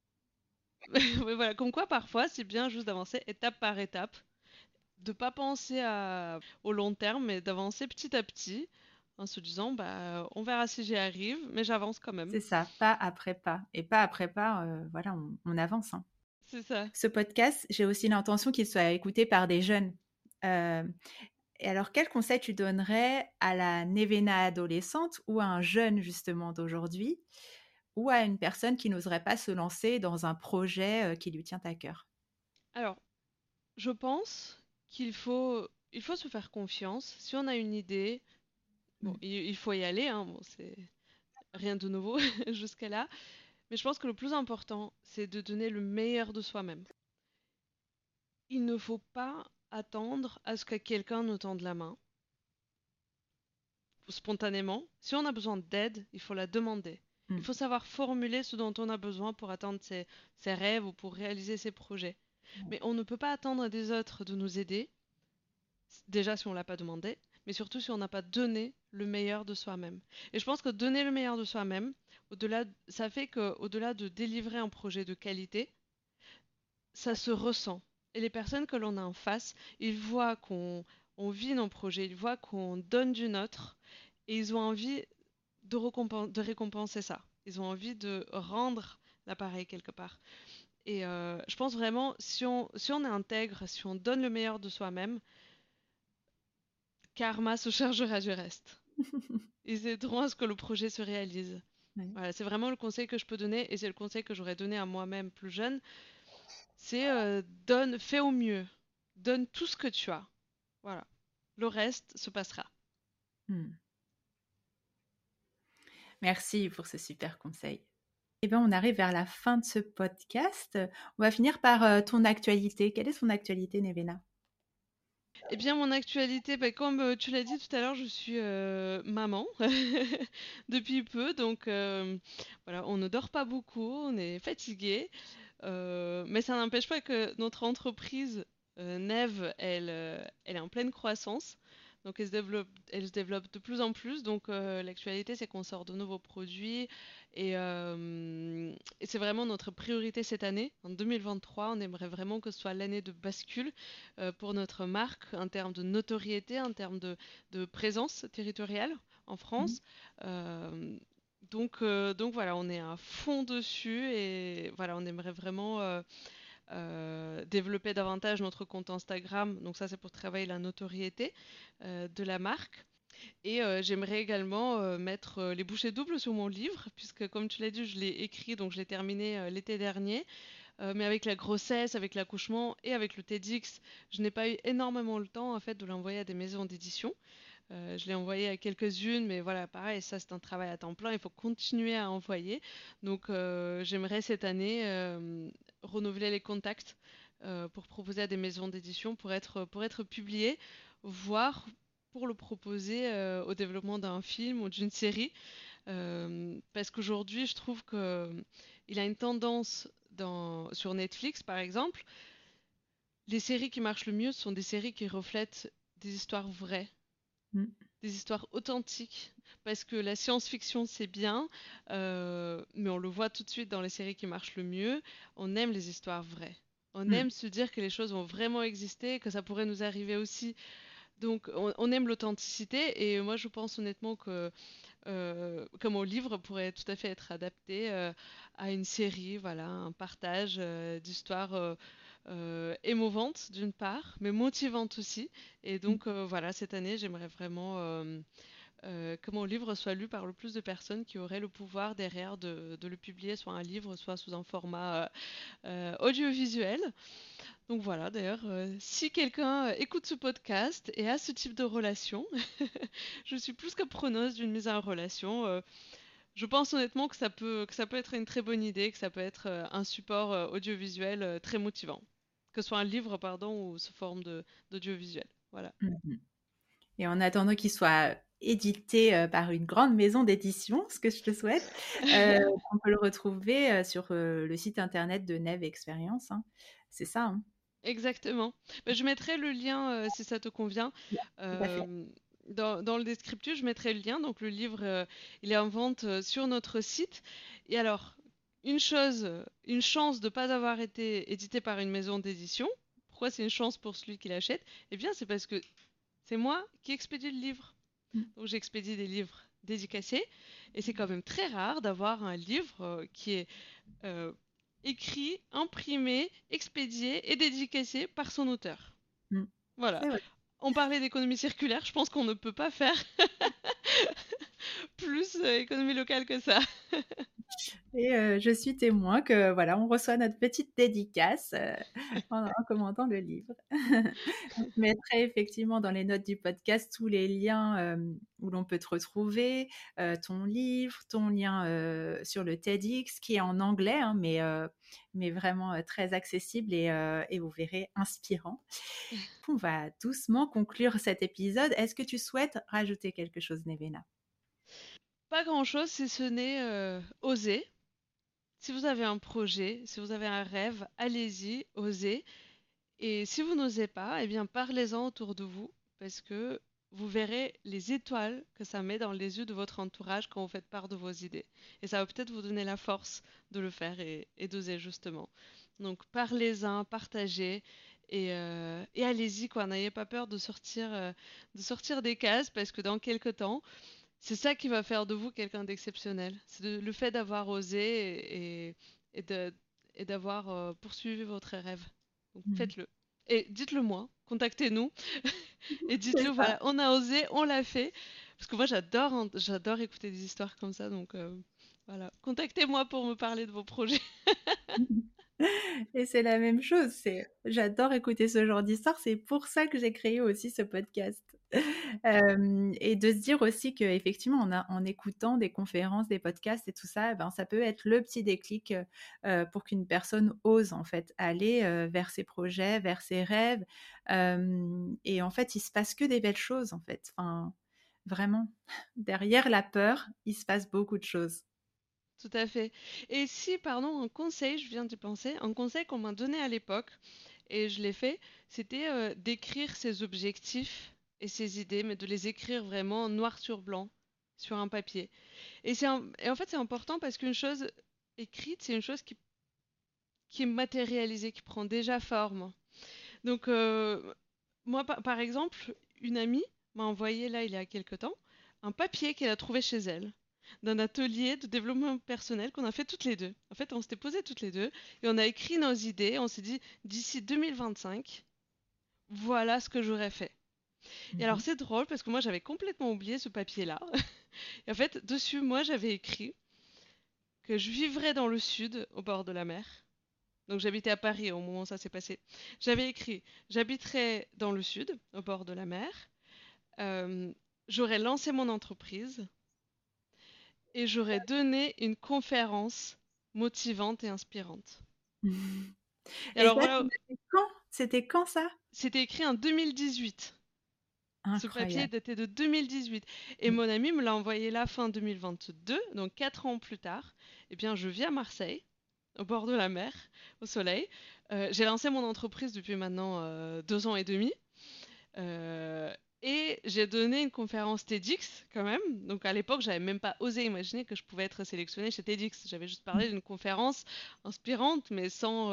Mais voilà, comme quoi parfois, c'est bien juste d'avancer étape par étape, de pas penser au long terme, mais d'avancer petit à petit, en se disant, bah, on verra si j'y arrive, mais j'avance quand même. C'est ça, pas après pas. Et pas après pas, voilà, on avance, hein. C'est ça. Ce podcast, j'ai aussi l'intention qu'il soit écouté par des jeunes. Euh, et alors, quel conseil tu donnerais à la Nevena adolescente ou à un jeune justement d'aujourd'hui ou à une personne qui n'oserait pas se lancer dans un projet qui lui tient à cœur? Alors, je pense il faut se faire confiance. Si on a une idée, bon, Mm. il faut y aller, hein, bon, c'est rien de nouveau jusqu'à là. Mais je pense que le plus important, c'est de donner le meilleur de soi-même. Il ne faut pas attendre à ce que quelqu'un nous tende la main spontanément. Si on a besoin d'aide, il faut la demander. Il Mm. faut savoir formuler ce dont on a besoin pour atteindre ses rêves ou pour réaliser ses projets. Mais on ne peut pas attendre des autres de nous aider, déjà si on ne l'a pas demandé, mais surtout si on n'a pas donné le meilleur de soi-même. Et je pense que donner le meilleur de soi-même, ça fait qu'au-delà de délivrer un projet de qualité, ça se ressent. Et les personnes que l'on a en face, ils voient qu'on vit nos projets, ils voient qu'on donne du nôtre, et ils ont envie de récompenser ça. Ils ont envie de rendre l'appareil quelque part. Et je pense vraiment, si on est intègre, si on donne le meilleur de soi-même, karma se chargera du reste. Ils aideront à ce que le projet se réalise. Ouais. Voilà, c'est vraiment le conseil que je peux donner, et c'est le conseil que j'aurais donné à moi-même plus jeune. C'est fais au mieux. Donne tout ce que tu as. Voilà. Le reste se passera. Mm. Merci pour ce super conseil. Eh bien, on arrive vers la fin de ce podcast. On va finir par ton actualité. Quelle est ton actualité, Nevena? Eh bien, mon actualité, bah, comme tu l'as dit tout à l'heure, je suis maman depuis peu, donc voilà, on ne dort pas beaucoup, on est fatigué, mais ça n'empêche pas que notre entreprise Neve, elle est en pleine croissance. Donc elle se développe de plus en plus. Donc l'actualité, c'est qu'on sort de nouveaux produits et c'est vraiment notre priorité cette année. En 2023, on aimerait vraiment que ce soit l'année de bascule pour notre marque en termes de notoriété, en termes de présence territoriale en Mhm. France. Euh, donc voilà, on est à fond dessus et voilà, on aimerait vraiment développer davantage notre compte Instagram. Donc ça, c'est pour travailler la notoriété de la marque. Et j'aimerais également mettre les bouchées doubles sur mon livre, puisque comme tu l'as dit, je l'ai écrit, donc je l'ai terminé l'été dernier. Mais avec la grossesse, avec l'accouchement et avec le TEDx, je n'ai pas eu énormément le temps en fait de l'envoyer à des maisons d'édition. Je l'ai envoyé à quelques-unes, mais voilà, pareil, ça c'est un travail à temps plein, il faut continuer à envoyer. Donc j'aimerais cette année renouveler les contacts pour proposer à des maisons d'édition pour être publié, voire pour le proposer au développement d'un film ou d'une série. Parce qu'aujourd'hui, je trouve que il a une tendance sur Netflix, par exemple. Les séries qui marchent le mieux sont des séries qui reflètent des histoires vraies, Mm. des histoires authentiques. Parce que la science-fiction, c'est bien, mais on le voit tout de suite dans les séries qui marchent le mieux. On aime les histoires vraies. On Mm. aime se dire que les choses vont vraiment exister, que ça pourrait nous arriver aussi. Donc, on aime l'authenticité. Et moi, je pense honnêtement que mon livre pourrait tout à fait être adapté à une série, voilà, un partage d'histoires émouvantes d'une part, mais motivantes aussi. Et Mm. donc voilà, cette année, j'aimerais vraiment que mon livre soit lu par le plus de personnes qui auraient le pouvoir derrière de le publier, soit un livre, soit sous un format audiovisuel. Donc voilà, d'ailleurs, si quelqu'un écoute ce podcast et a ce type de relation, je suis plus que preneuse d'une mise en relation. Je pense honnêtement que ça peut être une très bonne idée, que ça peut être un support audiovisuel très motivant. Que ce soit un livre, pardon, ou sous forme d'audiovisuel. Voilà. Mhm. Et en attendant qu'il soit édité par une grande maison d'édition, ce que je te souhaite, on peut le retrouver sur le site internet de Neve Experience, hein. C'est ça, hein. Exactement. Ben, je mettrai le lien si ça te convient. Ouais, tout à fait. Euh, dans le descriptif, je mettrai le lien. Donc le livre, il est en vente sur notre site. Et alors, une chance de ne pas avoir été édité par une maison d'édition. Pourquoi c'est une chance pour celui qui l'achète? Eh bien, c'est parce que c'est moi qui expédie le livre. Mm. Donc j'expédie des livres dédicacés. Et c'est quand même très rare d'avoir un livre qui est euh, écrit, imprimé, expédié et dédicacé par son auteur. Mm. Voilà. C'est vrai. On parlait d'économie circulaire, je pense qu'on ne peut pas faire plus économie locale que ça. Et je suis témoin que voilà, on reçoit notre petite dédicace en commentant le livre. Je mettrai effectivement dans les notes du podcast tous les liens où l'on peut te retrouver, ton livre, ton lien sur le TEDx qui est en anglais, hein, mais vraiment très accessible et vous verrez inspirant. On va doucement conclure cet épisode. Est-ce que tu souhaites rajouter quelque chose, Nevena? Pas grand-chose si ce n'est oser. Si vous avez un projet, si vous avez un rêve, allez-y, osez. Et si vous n'osez pas, eh bien parlez-en autour de vous parce que vous verrez les étoiles que ça met dans les yeux de votre entourage quand vous faites part de vos idées. Et ça va peut-être vous donner la force de le faire et d'oser justement. Donc parlez-en, partagez et allez-y quoi. N'ayez pas peur de sortir des cases parce que dans quelques temps, c'est ça qui va faire de vous quelqu'un d'exceptionnel. Le fait d'avoir osé et de- et d'avoir poursuivi votre rêve. Donc Mhm. faites-le. Et dites-le moi, contactez-nous et C'est dites-le, ça. voilà, on a osé, on l'a fait. Parce que moi j'adore écouter des histoires comme ça, donc voilà. Contactez-moi pour me parler de vos projets. Et c'est la même chose. J'adore écouter ce genre d'histoire. C'est pour ça que j'ai créé aussi ce podcast. Et de se dire aussi qu'effectivement, en écoutant des conférences, des podcasts et tout ça, ben, ça peut être le petit déclic pour qu'une personne ose en fait aller vers ses projets, vers ses rêves. Et en fait, il se passe que des belles choses en fait. Enfin, vraiment, derrière la peur, il se passe beaucoup de choses. Tout à fait. Et si, pardon, un conseil, je viens d'y penser, un conseil qu'on m'a donné à l'époque, et je l'ai fait, c'était d'écrire ses objectifs et ses idées, mais de les écrire vraiment noir sur blanc, sur un papier. Et en fait, c'est important parce qu'une chose écrite, c'est une chose qui est matérialisée, qui prend déjà forme. Donc, moi, par exemple, une amie m'a envoyé, là, il y a quelque temps, un papier qu'elle a trouvé chez elle, d'un atelier de développement personnel qu'on a fait toutes les deux. En fait, on s'était posées toutes les deux et on a écrit nos idées. On s'est dit, d'ici 2025, voilà ce que j'aurais fait. Et alors, Mhm. c'est drôle parce que moi, j'avais complètement oublié ce papier-là. Et en fait, dessus, moi, j'avais écrit que je vivrais dans le sud, au bord de la mer. Donc j'habitais à Paris au moment où ça s'est passé. J'avais écrit, j'habiterai dans le sud, au bord de la mer. Euh, J'aurais lancé mon entreprise et j'aurais donné une conférence motivante et inspirante. Et Et alors ça, tu voilà, l'as fait quand? C'était quand ça? c'était écrit en 2018. Ce papier Incroyable. datait de 2018. Et mon ami me l'a envoyé là fin 2022, donc 4 ans plus tard. Eh bien, je vis à Marseille, au bord de la mer, au soleil. J'ai lancé mon entreprise depuis maintenant 2 ans et demi. Euh, et j'ai donné une conférence TEDx quand même. Donc à l'époque, j'avais même pas osé imaginer que je pouvais être sélectionnée chez TEDx. J'avais juste parlé d'une conférence inspirante, mais sans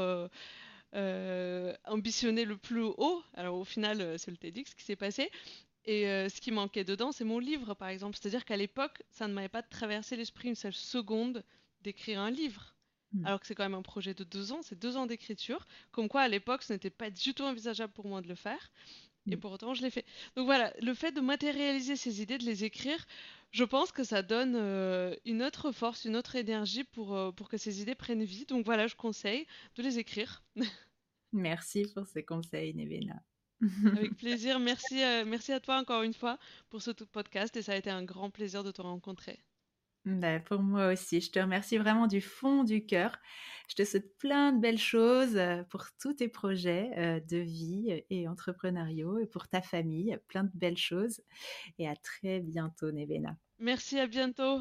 ambitionner le plus haut. Alors au final, c'est le TEDx qui s'est passé. Et ce qui manquait dedans, c'est mon livre, par exemple. C'est-à-dire qu'à l'époque, ça ne m'avait pas traversé l'esprit une seule seconde d'écrire un livre. Mm. Alors que c'est quand même un projet de 2 ans, c'est 2 ans d'écriture. Comme quoi, à l'époque, ce n'était pas du tout envisageable pour moi de le faire. Et Mm. pour autant, je l'ai fait. Donc voilà, le fait de matérialiser ces idées, de les écrire, je pense que ça donne une autre force, une autre énergie pour que ces idées prennent vie. Donc voilà, je conseille de les écrire. Merci pour ces conseils, Nevena. Avec plaisir. Merci, merci à toi encore une fois pour ce podcast et ça a été un grand plaisir de te rencontrer. Bah, pour moi aussi, je te remercie vraiment du fond du cœur. Je te souhaite plein de belles choses pour tous tes projets de vie et entrepreneuriaux et pour ta famille, plein de belles choses. Et à très bientôt, Nevena. Merci, à bientôt.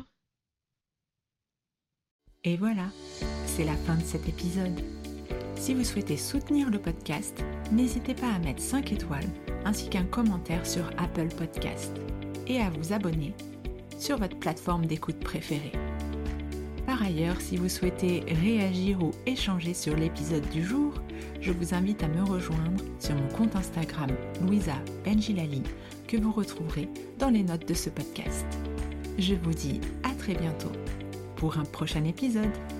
Et voilà, c'est la fin de cet épisode. Si vous souhaitez soutenir le podcast, n'hésitez pas à mettre 5 étoiles ainsi qu'un commentaire sur Apple Podcast et à vous abonner sur votre plateforme d'écoute préférée. Par ailleurs, si vous souhaitez réagir ou échanger sur l'épisode du jour, je vous invite à me rejoindre sur mon compte Instagram Louisa Benjilali que vous retrouverez dans les notes de ce podcast. Je vous dis à très bientôt pour un prochain épisode.